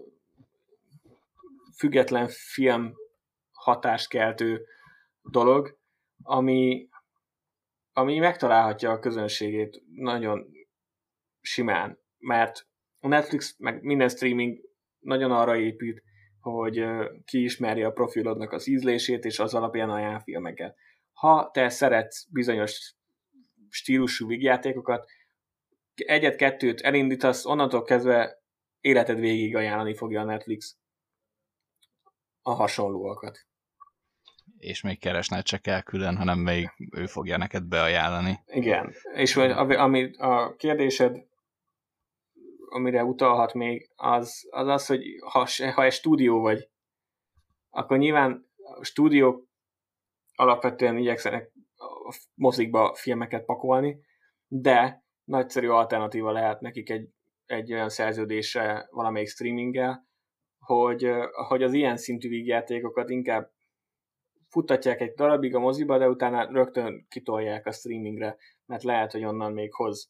független film hatást keltő dolog, ami megtalálhatja a közönségét nagyon simán, mert a Netflix meg minden streaming nagyon arra épít, hogy kiismeri a profilodnak az ízlését, és az alapján ajánl filmeket. Ha te szeretsz bizonyos stílusú vígjátékokat, egyet-kettőt elindítasz, onnantól kezdve életed végig ajánlani fogja a Netflix a hasonlóakat. És még keresned se kell külön, hanem még ő fogja neked beajánlani. Igen, és ami a kérdésed, amire utalhat még, az, hogy ha egy stúdió vagy, akkor nyilván a stúdiók alapvetően igyekszenek a mozikba filmeket pakolni, de nagyszerű alternatíva lehet nekik egy olyan szerződésre valamelyik streaminggel, hogy az ilyen szintű vígjátékokat inkább futtatják egy darabig a moziba, de utána rögtön kitolják a streamingre, mert lehet, hogy onnan még hoz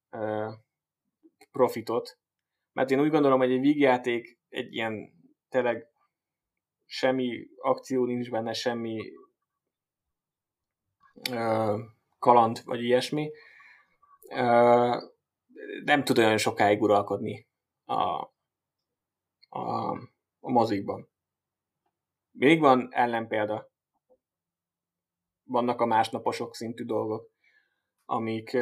profitot. Mert én úgy gondolom, hogy egy vígjáték egy ilyen tényleg semmi akció nincs benne, semmi kaland, vagy ilyesmi, nem tud olyan sokáig uralkodni a mozikban. Még van ellenpélda. Vannak a másnaposok szintű dolgok, amik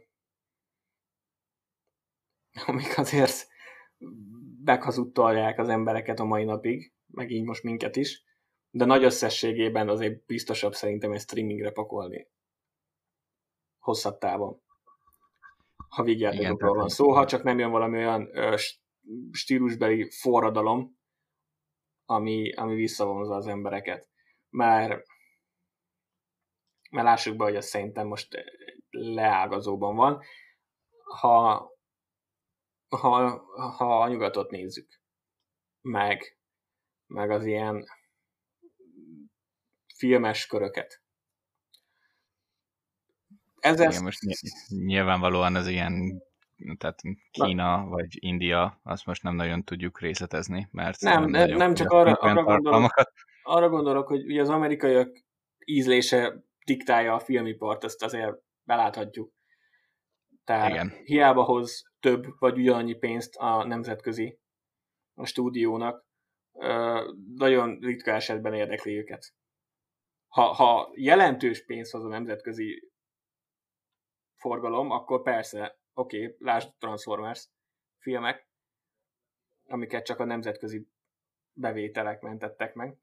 azért meghazudtolják az embereket a mai napig, meg így most minket is, de nagy összességében azért biztosabb szerintem egy streamingre pakolni hosszabb távon, ha vígjátékokról van szó, ha csak nem jön valami olyan stílusbeli forradalom, ami visszavonza az embereket. Mert lássuk be, hogy ez szerintem most leágazóban van. Ha a nyugatot nézzük, meg az ilyen filmes köröket. Igen, most nyilvánvalóan az ilyen, tehát Kína vagy India, azt most nem nagyon tudjuk részletezni, mert nem csak arra gondolok, hogy ugye az amerikaiak ízlése diktálja a filmipart, ezt azért beláthatjuk. Tehát igen. Hiába hoz több vagy ugyanannyi pénzt a nemzetközi a stúdiónak, nagyon ritka esetben érdekli őket. Ha jelentős pénz hoz a nemzetközi forgalom, akkor persze, oké, lásd Transformers filmek, amiket csak a nemzetközi bevételek mentettek meg.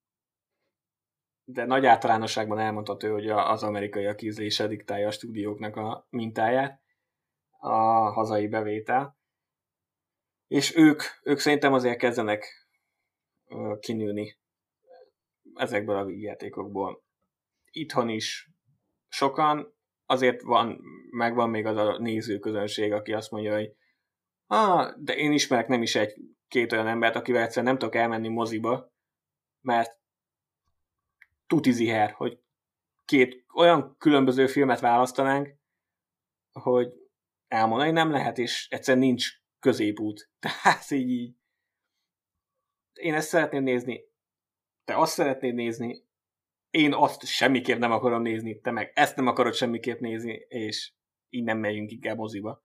De nagy általánosságban elmondható, hogy az amerikaiak ízlése diktálja a stúdióknak a mintáját, a hazai bevétel. És ők szerintem azért kezdenek kinőni ezekből a vígjátékokból. Itthon is sokan, azért megvan még az a nézőközönség, aki azt mondja, hogy de én ismerek nem is két olyan embert, akivel egyszerűen nem tudok elmenni moziba, mert tuti ziher, hogy két olyan különböző filmet választanánk, hogy elmondani nem lehet, és egyszerűen nincs középút. Tehát így én ezt szeretném nézni, te azt szeretnéd nézni, én azt semmiképp nem akarom nézni, te meg ezt nem akarod semmiképp nézni, és így nem megyünk inkább moziba.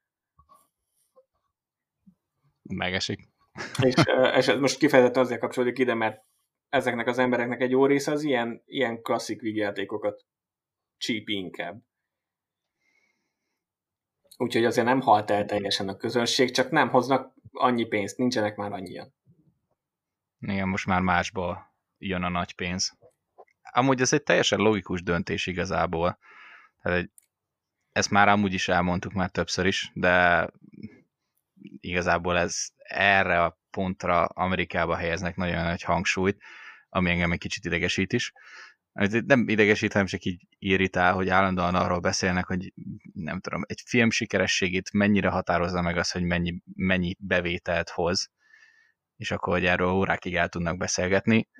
Megesik. És most kifejezetten azért kapcsolódik ide, mert ezeknek az embereknek egy jó része az ilyen klasszik vígjátékokat csípi inkább. Úgyhogy azért nem halt el teljesen a közönség, csak nem hoznak annyi pénzt, nincsenek már annyian. Igen, most már másból jön a nagy pénz. Amúgy ez egy teljesen logikus döntés igazából. Tehát ezt már amúgy is elmondtuk már többször is, de igazából ez erre a pontra Amerikába helyeznek nagyon nagy hangsúlyt, ami engem egy kicsit idegesít is. Nem idegesít, hanem csak így irritál, hogy állandóan arról beszélnek, hogy nem tudom, egy film sikerességét mennyire határozza meg az, hogy mennyi bevételt hoz, és akkor, hogy erről órákig el tudnak beszélgetni.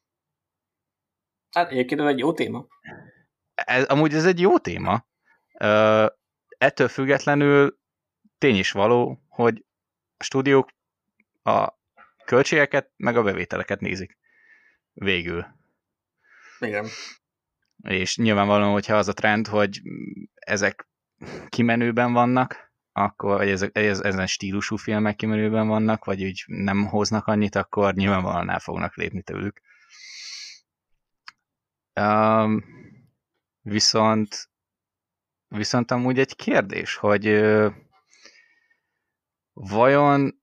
Hát egyébként ez egy jó téma. Amúgy ez egy jó téma. Ettől függetlenül tény is való, hogy a stúdiók a költségeket meg a bevételeket nézik. Végül. Igen. És nyilvánvalóan, hogyha az a trend, hogy ezek kimenőben vannak, akkor, vagy ezen stílusú filmek kimenőben vannak, vagy úgy nem hoznak annyit, akkor nyilvánvalóan el fognak lépni tőlük. Viszont amúgy egy kérdés, hogy vajon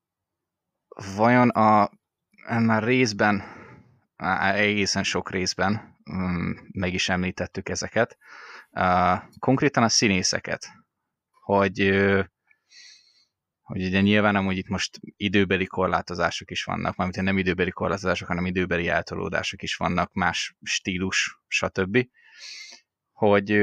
már részben, egészen sok részben meg is említettük ezeket, konkrétan a színészeket, hogy ugye nyilván amúgy itt most időbeli korlátozások is vannak, mármint nem időbeli korlátozások, hanem időbeli eltolódások is vannak, más stílus, stb. Hogy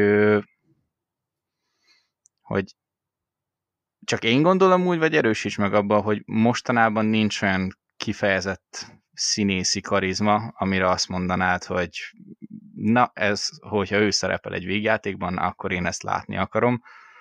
csak én gondolom úgy, vagy erősíts meg abban, hogy mostanában nincs olyan kifejezett színészi karizma, amire azt mondanád, hogy na, ez, hogyha ő szerepel egy végjátékban, akkor én ezt látni akarom,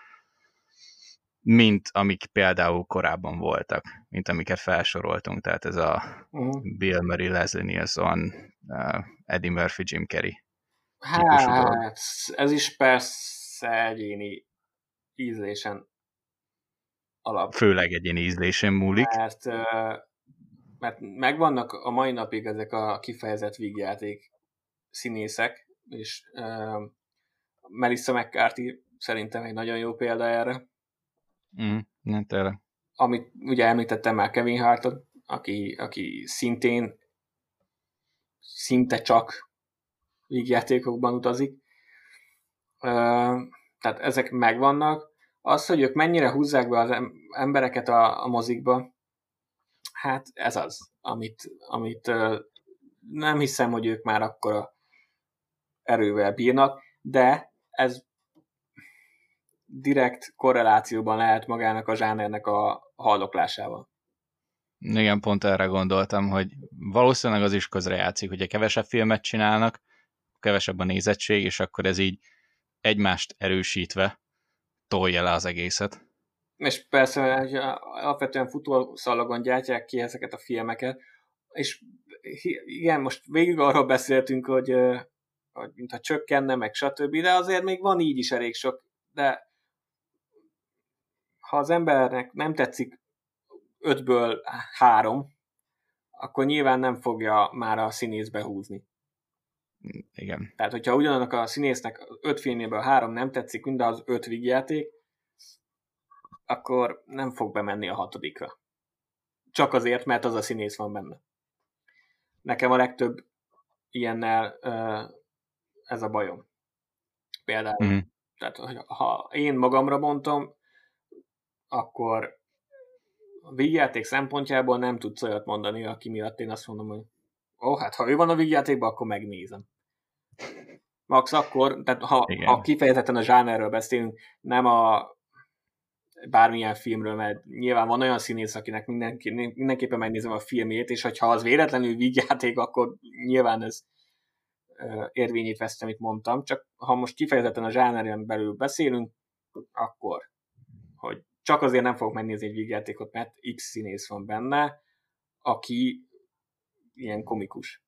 mint amik például korábban voltak, mint amiket felsoroltunk, tehát ez a Bill Murray, Leslie Nielsen, Eddie Murphy, Jim Carrey típusú dolog. Hát, ez is persze egyéni ízlésen alap. Főleg egyéni ízlésen múlik. Mert megvannak a mai napig ezek a kifejezett vígjáték színészek, és Melissa McCarthy szerintem egy nagyon jó példa erre. Nem tényleg. Amit ugye említettem már Kevin Hartot, aki szintén szinte csak vígjátékokban utazik. Tehát ezek megvannak. Az, hogy ők mennyire húzzák be az embereket a mozikba, hát ez az, amit nem hiszem, hogy ők már akkora erővel bírnak, de ez direkt korrelációban lehet magának a zsánernek a haldoklásával. Igen, pont erre gondoltam, hogy valószínűleg az is közrejátszik, hogyha kevesebb filmet csinálnak, kevesebb a nézettség, és akkor ez így egymást erősítve tolja le az egészet. És persze, hogy alapvetően futószalagon gyártják ki ezeket a filmeket, és igen, most végig arról beszéltünk, hogy mintha csökkenne, meg stb., de azért még van így is elég sok, de ha az embernek nem tetszik 5-ből 3, akkor nyilván nem fogja már a színészbe húzni. Igen. Tehát, hogyha ugyanannak a színésznek 5 filmjéből 3 nem tetszik, mind az 5 vígjáték, akkor nem fog bemenni a 6-ra. Csak azért, mert az a színész van benne. Nekem a legtöbb ilyennel ez a bajom. Például, tehát, ha én magamra bontom, akkor a vígjáték szempontjából nem tudsz olyat mondani, aki miatt én azt mondom, hogy hát ha ő van a vígjátékban, akkor megnézem. Max akkor, tehát ha kifejezetten a zsánerről beszélünk, nem a bármilyen filmről, mert nyilván van olyan színész, akinek mindenképpen megnézem a filmjét, és hogyha az véletlenül vígjáték, akkor nyilván ez érvényét vesztem, amit mondtam. Csak ha most kifejezetten a zsáneren belül beszélünk, akkor, hogy csak azért nem fogok megnézni egy vígjátékot, mert X színész van benne, aki ilyen komikus.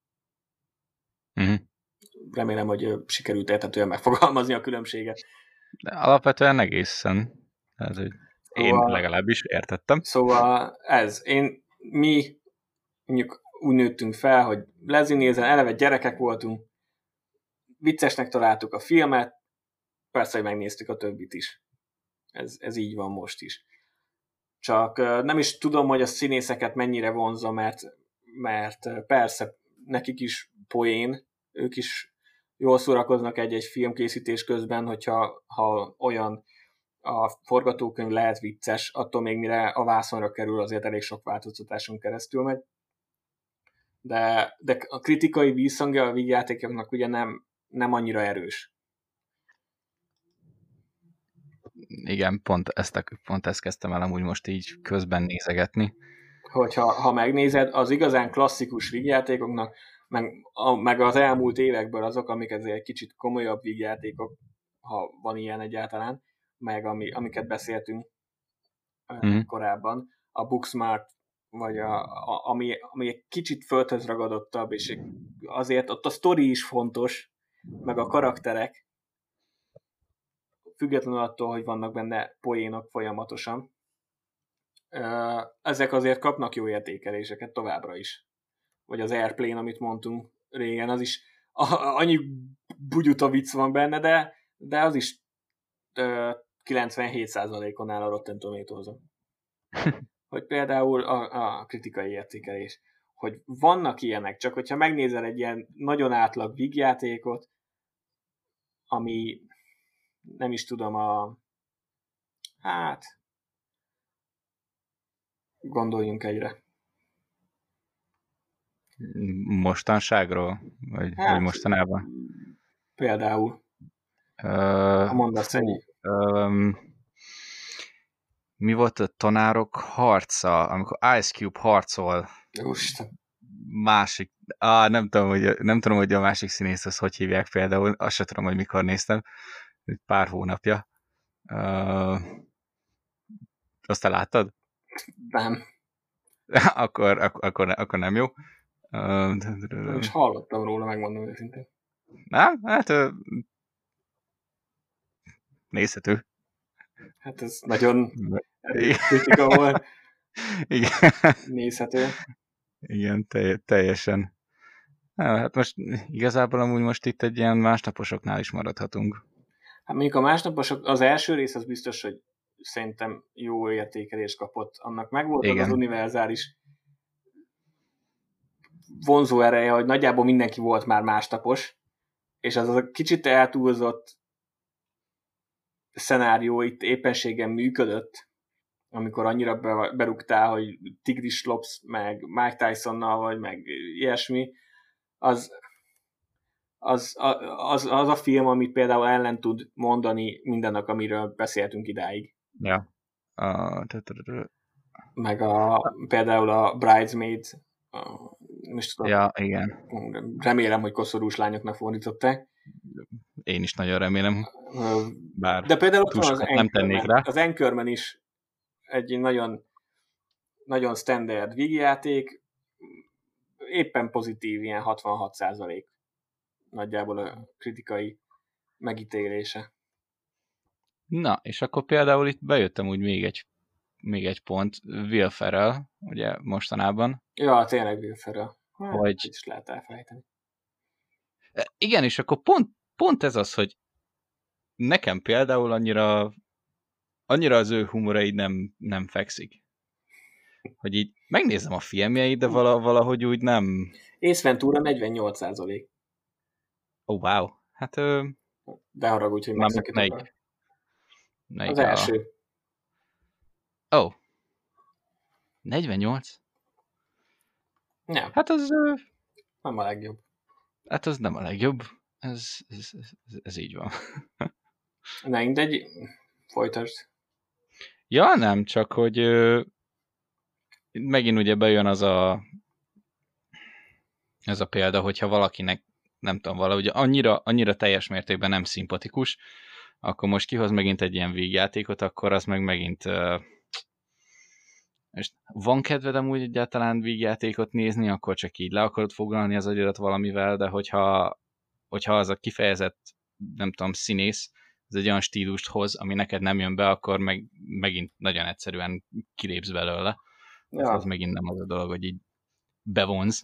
Remélem, hogy sikerült érthetően megfogalmazni a különbséget. De alapvetően egészen. Ez, hogy én legalábbis értettem. Szóval mi mondjuk úgy nőttünk fel, hogy Leslie Nielsen, eleve gyerekek voltunk, viccesnek találtuk a filmet, persze, hogy megnéztük a többit is. Ez így van most is. Csak nem is tudom, hogy a színészeket mennyire vonza, mert persze nekik is poén, ők is jól szórakoznak egy-egy filmkészítés közben, hogyha olyan a forgatókönyv lehet vicces, attól még mire a vászonra kerül, azért elég sok változtatáson keresztül megy. De a kritikai vízhangja a vígjátékoknak ugye nem annyira erős. Igen, pont ezt kezdtem el amúgy most így közben nézegetni. Hogyha megnézed, az igazán klasszikus vígjátékoknak, meg az elmúlt évekből azok, amik egy kicsit komolyabb vígjátékok, ha van ilyen egyáltalán, meg amiket beszéltünk korábban, a Booksmart, vagy ami egy kicsit földhöz ragadottabb, és azért ott a sztori is fontos, meg a karakterek, függetlenül attól, hogy vannak benne poénok folyamatosan. Ezek azért kapnak jó értékeléseket továbbra is. Vagy az Airplane, amit mondtunk régen, az is annyi bugyuta vicc van benne, de az is 97%-on áll a Rotten Tomatoes-on. Hogy például a kritikai értékelés. Hogy vannak ilyenek, csak hogyha megnézel egy ilyen nagyon átlag vígjátékot, ami nem is tudom, gondoljunk egyre. Mostanságról? Vagy mostanában? Például. Ha mondasz egy. Mi volt a tanárok harca, amikor Ice Cube harcol? Másik, nem tudom, hogy a másik színész az hogy hívják például, azt sem tudom, hogy mikor néztem, pár hónapja. Azt te láttad? Nem. Akkor nem jó. És hallottam róla, megmondom őszintén. Nem? Hát nézhető. Hát ez nagyon kritika volt. Igen. Nézhető. Igen, teljesen. Hát most igazából amúgy most itt egy ilyen másnaposoknál is maradhatunk. Hát mondjuk a másnaposok, az első rész az biztos, hogy szerintem jó értékelést kapott. Annak megvolt az univerzális vonzó ereje, hogy nagyjából mindenki volt már másnapos, és az a kicsit eltúlzott szenárió itt éppenséggel működött, amikor annyira berúgtál, hogy tigris lopsz, meg Mike Tysonnal vagy, meg ilyesmi, az a film, amit például ellen tud mondani mindennek, amiről beszéltünk idáig. Ja. Meg például a Bridesmaids, most tudom, ja, igen. remélem, hogy koszorús lányoknak fordították. Én is nagyon remélem. Bár de például ott van nem tennék rá. Az Anchorman is egy nagyon, nagyon standard vígjáték, éppen pozitív, ilyen 66% nagyjából a kritikai megítélése. Na, és akkor például itt bejöttem úgy még egy pont, Will Ferrell, ugye mostanában. Ja, tényleg Will Ferrell. Hogy is lehet elfelejteni. Igen, és akkor pont ez az, hogy nekem például annyira az ő humora így nem fekszik. Hogy így megnézem a filmjeit, de valahogy úgy nem... Ace Ventura 48%. Oh, wow. Hát... De haragudj, hogy megszakítok. Az első. Oh. 48? Nem. Hát az... Nem a legjobb. Hát az nem a legjobb. Ez így van. Ne, mindegy. Folytasd. Ja, nem, csak hogy megint ugye bejön az a példa, hogyha valakinek nem tudom, valahogy annyira teljes mértékben nem szimpatikus, akkor most kihoz megint egy ilyen vígjátékot, akkor az meg megint és van kedved amúgy egyáltalán vígjátékot nézni, akkor csak így le akarod foglalni az agyadat valamivel, de hogyha az a kifejezett, nem tudom, színész, ez egy olyan stílust hoz, ami neked nem jön be, akkor megint nagyon egyszerűen kilépsz belőle. Ja. Az megint nem az a dolog, hogy így bevonz.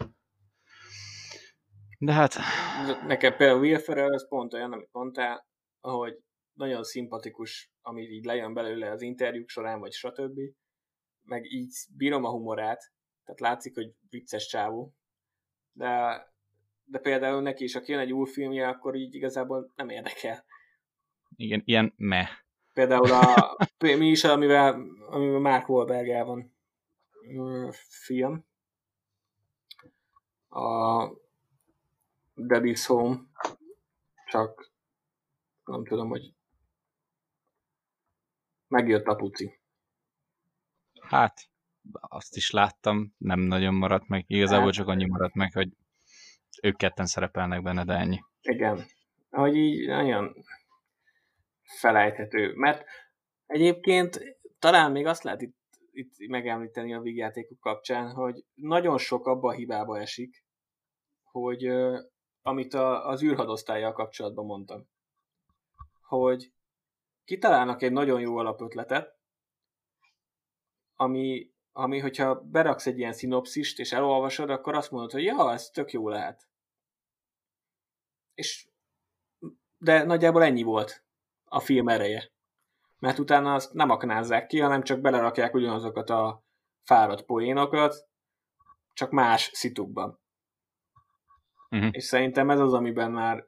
De hát... Nekem például Will Ferrell az pont olyan, amit mondtál, ahogy nagyon szimpatikus, ami így lejön belőle az interjúk során, vagy stb. Meg így bírom a humorát, tehát látszik, hogy vicces csávó. De például neki is, aki jön egy új filmje, akkor így igazából nem érdekel. Igen, ilyen meh. Például mi is, amivel Mark Wahlberg van film. A Debbie's Home, csak nem tudom, hogy megjött a puci. Hát, azt is láttam, nem nagyon maradt meg. Igazából csak annyi maradt meg, hogy ők ketten szerepelnek benne, de ennyi. Igen. Hogy így nagyon felejthető. Mert egyébként talán még azt lehet itt megemlíteni a vígjátékok kapcsán, hogy nagyon sok abba a hibába esik, hogy amit az űrhadosztállyal kapcsolatban mondtam, hogy kitalálnak egy nagyon jó alapötletet, ami hogyha beraksz egy ilyen szinopszist, és elolvasod, akkor azt mondod, hogy ja, ez tök jó lehet. De nagyjából ennyi volt a film ereje. Mert utána azt nem aknázzák ki, hanem csak belerakják ugyanazokat a fáradt poénokat, csak más szitukban. Uh-huh. És szerintem ez az, amiben már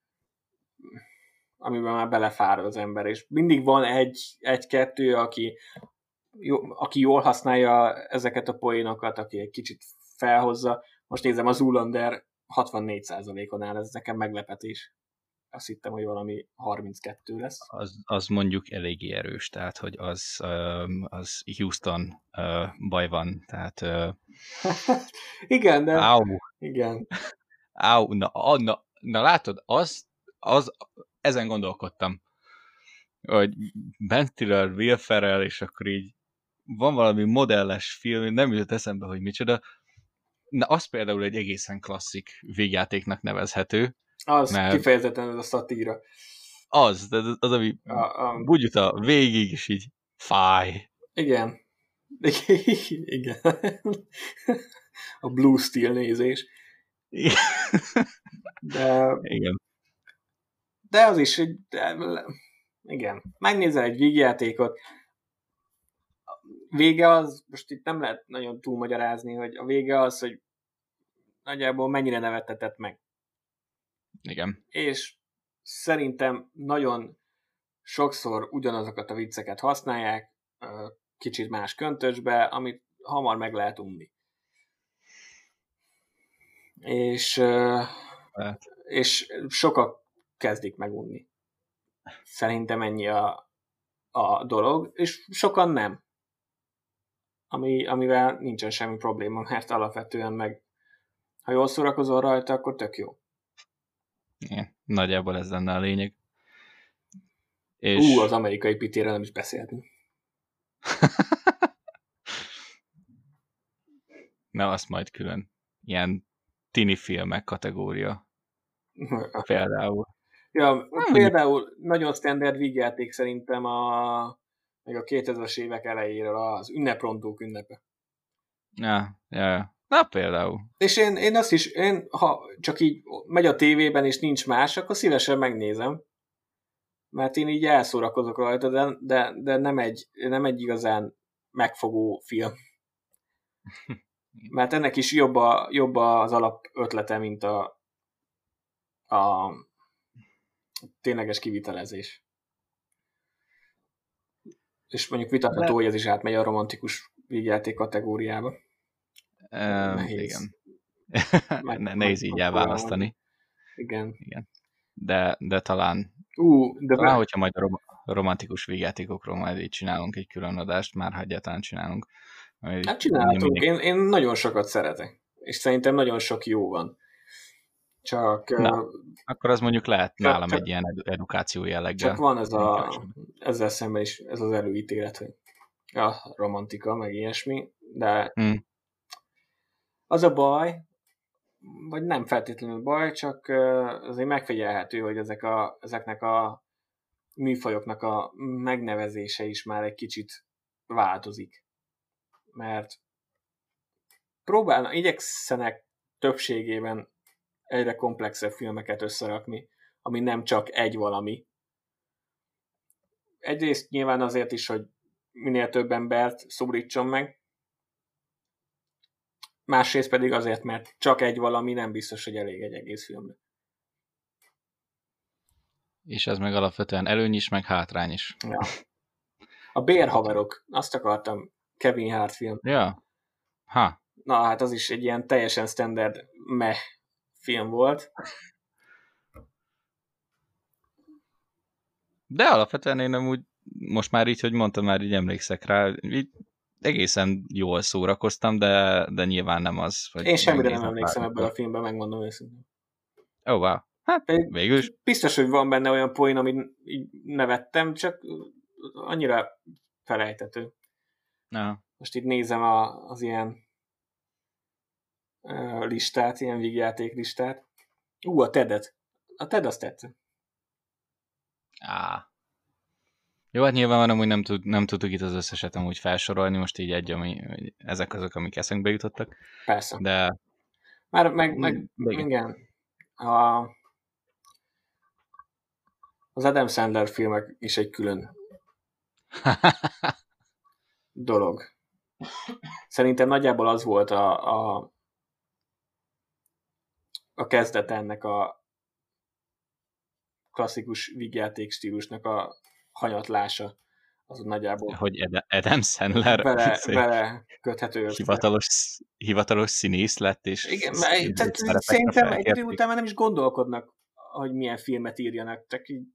belefárad az ember, és mindig van egy-kettő, aki jól használja ezeket a poénokat, aki egy kicsit felhozza. Most nézem, a Zoolander 64%-on áll, ez nekem meglepetés. Azt hittem, hogy valami 32 lesz. Az mondjuk eléggé erős, tehát hogy az Houston baj van, tehát... Igen, de... Áú. Igen. Áú, na látod, ezen gondolkodtam, hogy Ben Stiller, Will Ferrell, és akkor így van valami modelles film, nem jutott eszembe, hogy micsoda. Na, az például egy egészen klasszik végjátéknak nevezhető. Az mert kifejezetten ez a szatíra. Az ami úgy jut a végig, és így fáj. Igen. Igen. A Blue Steel nézés. Igen. Igen. De az is, igen. Megnézel egy vígjátékot, vége az, most itt nem lehet nagyon túlmagyarázni, hogy a vége az, hogy nagyjából mennyire nevettetett meg. Igen. És szerintem nagyon sokszor ugyanazokat a vicceket használják, kicsit más köntösbe, amit hamar meg lehet unni. És sokak kezdik megunni. Szerintem ennyi a dolog, és sokan nem. Amivel nincsen semmi probléma, mert alapvetően meg ha jól szórakozol rajta, akkor tök jó. Igen, nagyjából ez lenne a lényeg. És... az amerikai pitére nem is beszéltünk. Na, azt majd külön. Ilyen tini filmek kategória. Például. Ja, például nagyon standard vígjáték szerintem meg a 2000-es évek elejéről az ünneprontók ünnepe. Ja. Na, például. És én azt is, ha csak így megy a tévében és nincs más, akkor szívesen megnézem. Mert én így elszórakozok rajta, de nem egy igazán megfogó film. Mert ennek is jobb az alap ötlete, mint a tényleges kivitelezés. És mondjuk vitatható, hogy ez is átmegy a romantikus vígjáték kategóriába. Igen. Nehéz így elválasztani. Igen. De talán, hogyha majd a romantikus vígjátékokról majd így csinálunk egy külön adást, már ha egyáltalán csinálunk. Hát csinálhatunk. Én nagyon sokat szeretek. És szerintem nagyon sok jó van. Csak... akkor az mondjuk lehet nálam egy ilyen edukáció jelleggel. Csak van ezzel szemben is ez az előítélet, hogy a romantika, meg ilyesmi, de az a baj, vagy nem feltétlenül baj, csak azért megfigyelhető, hogy ezeknek a műfajoknak a megnevezése is már egy kicsit változik. Mert igyekszenek többségében egyre komplexebb filmeket összerakni, ami nem csak egy valami. Egyrészt nyilván azért is, hogy minél több embert szólítson meg, másrészt pedig azért, mert csak egy valami nem biztos, hogy elég egy egész filmre. És ez meg alapvetően előny is, meg hátrány is. Ja. A Bérhaverok, azt akartam, Kevin Hart film. Ja. Na, hát az is egy ilyen teljesen standard film volt. De alapvetően én amúgy most már így, hogy mondtam, már így emlékszek rá, így egészen jól szórakoztam, de nyilván nem az. Én semmire nem emlékszem ebből a filmben, megmondom őszintén. Oh, wow. Hát végül is. Biztos, hogy van benne olyan poén, amit így nevettem, csak annyira felejthető. No. Most itt nézem az ilyen listát, ilyen vígjáték listát. A Tedet. A Ted azt tetszett. Jó, hát nyilván amúgy nem tudtuk itt az összeset amúgy felsorolni, most így ezek azok, amik eszünkbe jutottak. Persze. De... Már igen. Az Adam Sandler filmek is egy külön dolog. Szerintem nagyjából az volt a kezdete ennek a klasszikus vígjáték stílusnak a hanyatlása. Az nagyjából... Hogy Adam Sandler vele köthető össze. Hivatalos színész lett, és... Igen, szerintem egy idő után már nem is gondolkodnak, hogy milyen filmet írjanak. Csak így...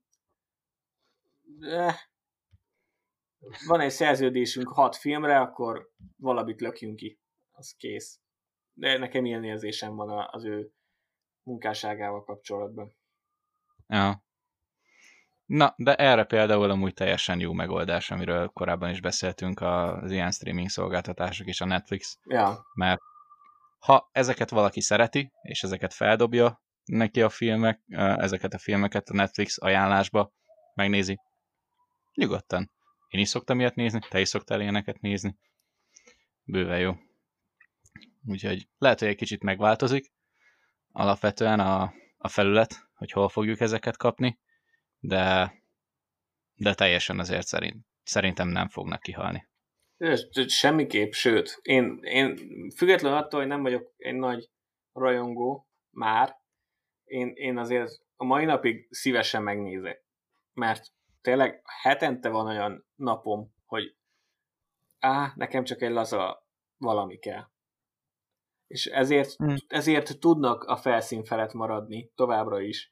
Van egy szerződésünk 6 filmre, akkor valamit lökjünk ki. Az kész. De nekem ilyen érzésem van az ő munkásságával kapcsolatban. Ja. Na, de erre például amúgy teljesen jó megoldás, amiről korábban is beszéltünk, az ilyen streaming szolgáltatások és a Netflix. Ja. Mert ha ezeket valaki szereti, és ezeket feldobja neki ezeket a filmeket a Netflix ajánlásba, megnézi, nyugodtan. Én is szoktam ilyet nézni, te is szoktál ilyeneket nézni. Bőven jó. Úgyhogy lehet, hogy egy kicsit megváltozik alapvetően a felület, hogy hol fogjuk ezeket kapni, de teljesen azért szerintem nem fognak kihalni. Semmiképp, sőt, én függetlenül attól, hogy nem vagyok egy nagy rajongó már, én azért a mai napig szívesen megnézek. Mert tényleg hetente van olyan napom, hogy nekem csak egy laza valami kell. És ezért tudnak a felszín felett maradni továbbra is.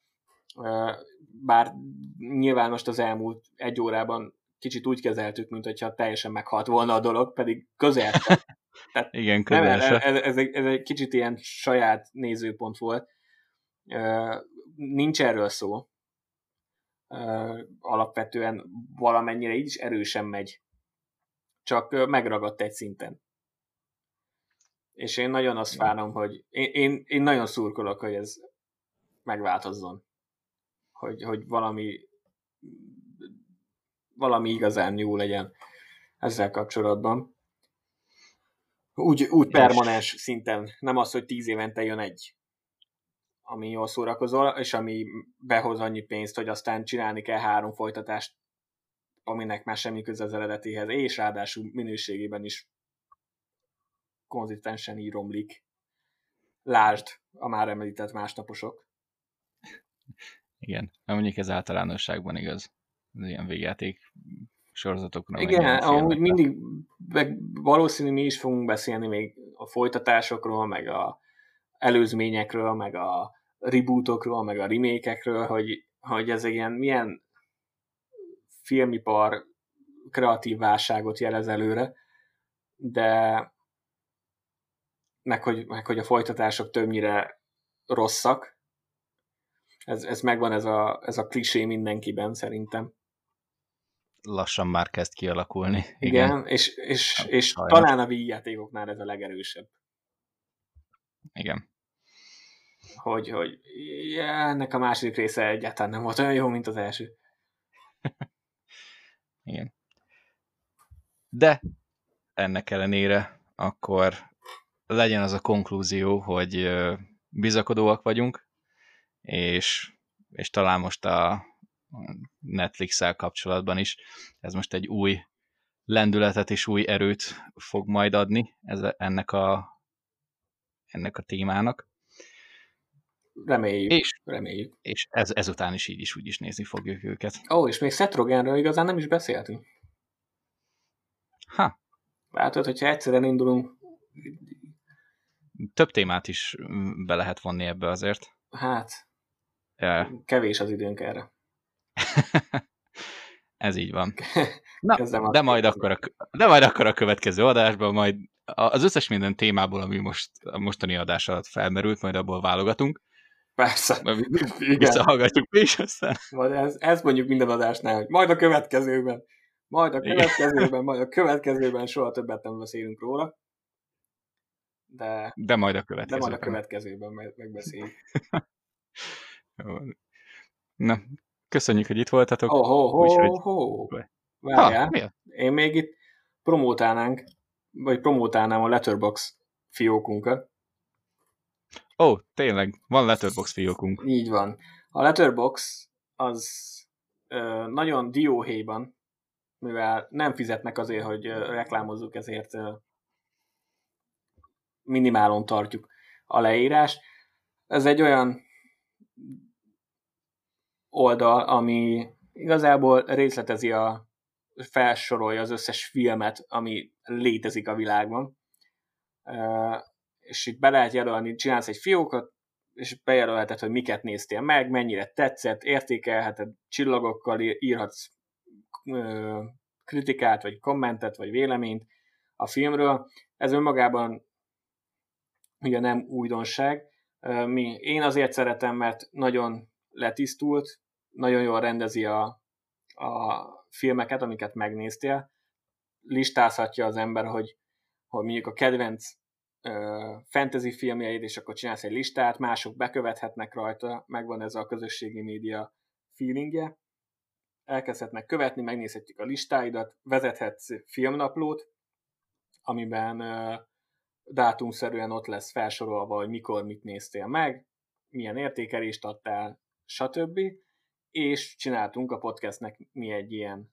Bár nyilván most az elmúlt 1 órában kicsit úgy kezeltük, mint hogyha teljesen meghalt volna a dolog, pedig közel. Tehát igen, közel se. ez egy kicsit ilyen saját nézőpont volt. Nincs erről szó. Alapvetően valamennyire így is erősen megy. Csak megragadt egy szinten. És én nagyon azt várom, hogy én nagyon szurkolok, hogy ez megváltozzon. Hogy valami igazán jó legyen ezzel kapcsolatban. Úgy permanens szinten, nem az, hogy 10 évente jön egy, ami jól szórakozol, és ami behoz annyi pénzt, hogy aztán csinálni kell 3 folytatást, aminek már semmi köze az eredetihez, és ráadásul minőségében is konzisztensen így romlik. Lásd a már említett másnaposok. Igen, mondjuk ez általánosságban igaz. Az ilyen végjáték sorozatokra. Igen, amúgy mindig valószínű mi is fogunk beszélni még a folytatásokról, meg a előzményekről, meg a rebootokról, meg a remake-ekről, hogy ez ilyen milyen filmipar kreatív válságot jelez előre, de meg hogy a folytatások többnyire rosszak. Ez megvan ez a klisé mindenkiben szerintem. Lassan már kezd kialakulni. Igen, és talán a vígjátékoknál ez a legerősebb. Igen. Hogy ennek a második része egyáltalán nem volt olyan jó, mint az első. Igen. De ennek ellenére akkor legyen az a konklúzió, hogy bizakodóak vagyunk, és talán most a Netflix-szel kapcsolatban is ez most egy új lendületet és új erőt fog majd adni ennek a témának. Reméljük. És ezután is így is úgy is nézni fogjuk őket. És még Seth Rogenről igazán nem is beszéltünk. Látod, hogyha egyszerűen indulunk... Több témát is be lehet vonni ebbe azért. Kevés az időnk erre. Ez így van. Na, de majd akkor a következő adásban majd az összes minden témából, ami a mostani adás alatt felmerült, majd abból válogatunk. Persze. Visszahallgatjuk mi is aztán. Majd ez mondjuk minden adásnál, hogy majd a következőben, majd a következőben soha többet nem beszélünk róla. De majd a következőben megbeszéljük. Na, köszönjük, hogy itt voltatok. Várjál, én még itt promótálnám a Letterboxd fiókunkat. Tényleg, van Letterboxd fiókunk. Így van. A Letterboxd az nagyon dióhéjban, mivel nem fizetnek azért, hogy reklámozzuk, ezért minimálon tartjuk a leírás. Ez egy olyan oldal, ami igazából részletezi felsorolja az összes filmet, ami létezik a világban. És itt be lehet jelölni, csinálsz egy fiókot, és bejelölheted, hogy miket néztél meg, mennyire tetszett, értékelheted, csillagokkal írhatsz kritikát, vagy kommentet, vagy véleményt a filmről. Ez önmagában ugye nem újdonság. Én azért szeretem, mert nagyon letisztult, nagyon jól rendezi a filmeket, amiket megnéztél. Listázhatja az ember, hogy mondjuk a kedvenc fantasy filmjeid, és akkor csinálsz egy listát, mások bekövethetnek rajta, megvan ez a közösségi média feelingje. Elkezdhetnek követni, megnézhetjük a listáidat, vezethetsz filmnaplót, amiben dátumszerűen ott lesz felsorolva, hogy mikor mit néztél meg, milyen értékelést adtál, stb. És csináltunk a podcastnek mi egy ilyen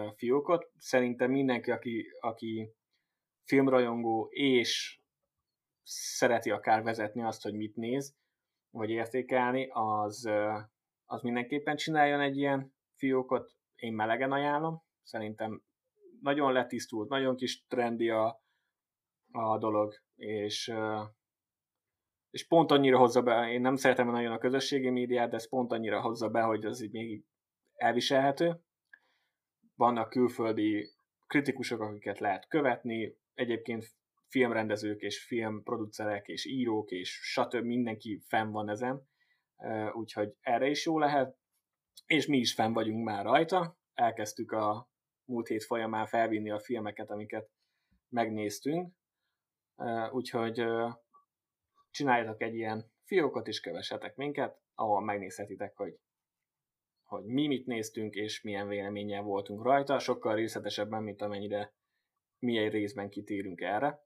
fiókot. Szerintem mindenki, aki filmrajongó és szereti akár vezetni azt, hogy mit néz, vagy értékelni, az mindenképpen csináljon egy ilyen fiókot. Én melegen ajánlom. Szerintem nagyon letisztult, nagyon kis trendi a dolog, és pont annyira hozza be, én nem szeretem nagyon a közösségi médiát, de ez pont annyira hozza be, hogy az így még elviselhető. Vannak külföldi kritikusok, akiket lehet követni, egyébként filmrendezők és filmproducerek és írók és stb. Mindenki fenn van ezen, úgyhogy erre is jó lehet, és mi is fenn vagyunk már rajta. Elkezdtük a múlt hét folyamán felvinni a filmeket, amiket megnéztünk, úgyhogy csináljatok egy ilyen fiókot, és kövessetek minket, ahol megnézhetitek, hogy mi mit néztünk, és milyen véleménnyel voltunk rajta, sokkal részletesebben, mint amennyire mi egy részben kitérünk erre.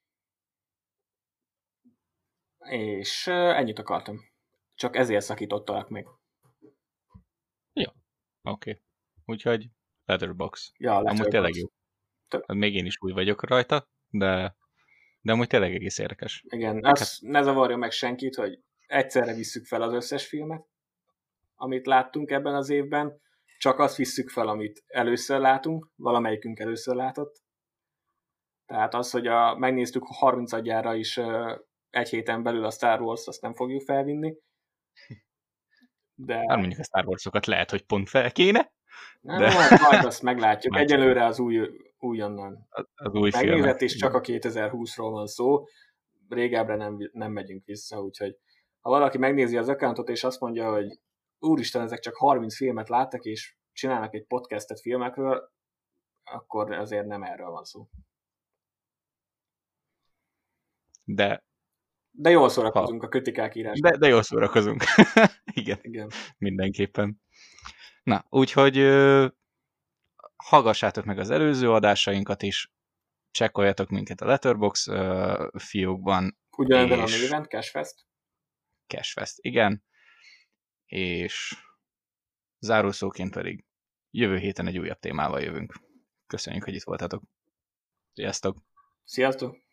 És ennyit akartam. Csak ezért szakítottalak meg. Jó, oké. Úgyhogy Letterboxd. Ja, Amúgy tényleg jó. Még én is új vagyok rajta, de amúgy tényleg egész érdekes. Igen, azt ne zavarja meg senkit, hogy egyszerre visszük fel az összes filmet, amit láttunk ebben az évben, csak azt visszük fel, amit először látunk, valamelyikünk először látott. Tehát az, hogy megnéztük 30-adjára is egy héten belül a Star Wars, azt nem fogjuk felvinni. De... Hát mondjuk a Star Wars-okat lehet, hogy pont fel kéne. De... majd azt meglátjuk. Egyelőre az újonnan az új megnézett, és csak a 2020-ról van szó. Régebbre nem megyünk vissza, úgyhogy ha valaki megnézi az accountot, és azt mondja, hogy úristen, ezek csak 30 filmet láttak, és csinálnak egy podcastet filmekről, akkor azért nem erről van szó. De jól szórakozunk a kritikák írásban. De jól szórakozunk. Igen, mindenképpen. Na, úgyhogy hallgassátok meg az előző adásainkat is, csekkoljatok minket a Letterboxd fiókban. Ugyanebben a néven, Cashfest. Cashfest, igen. És zárószóként pedig jövő héten egy újabb témával jövünk. Köszönjük, hogy itt voltatok. Sziasztok! Sziasztok!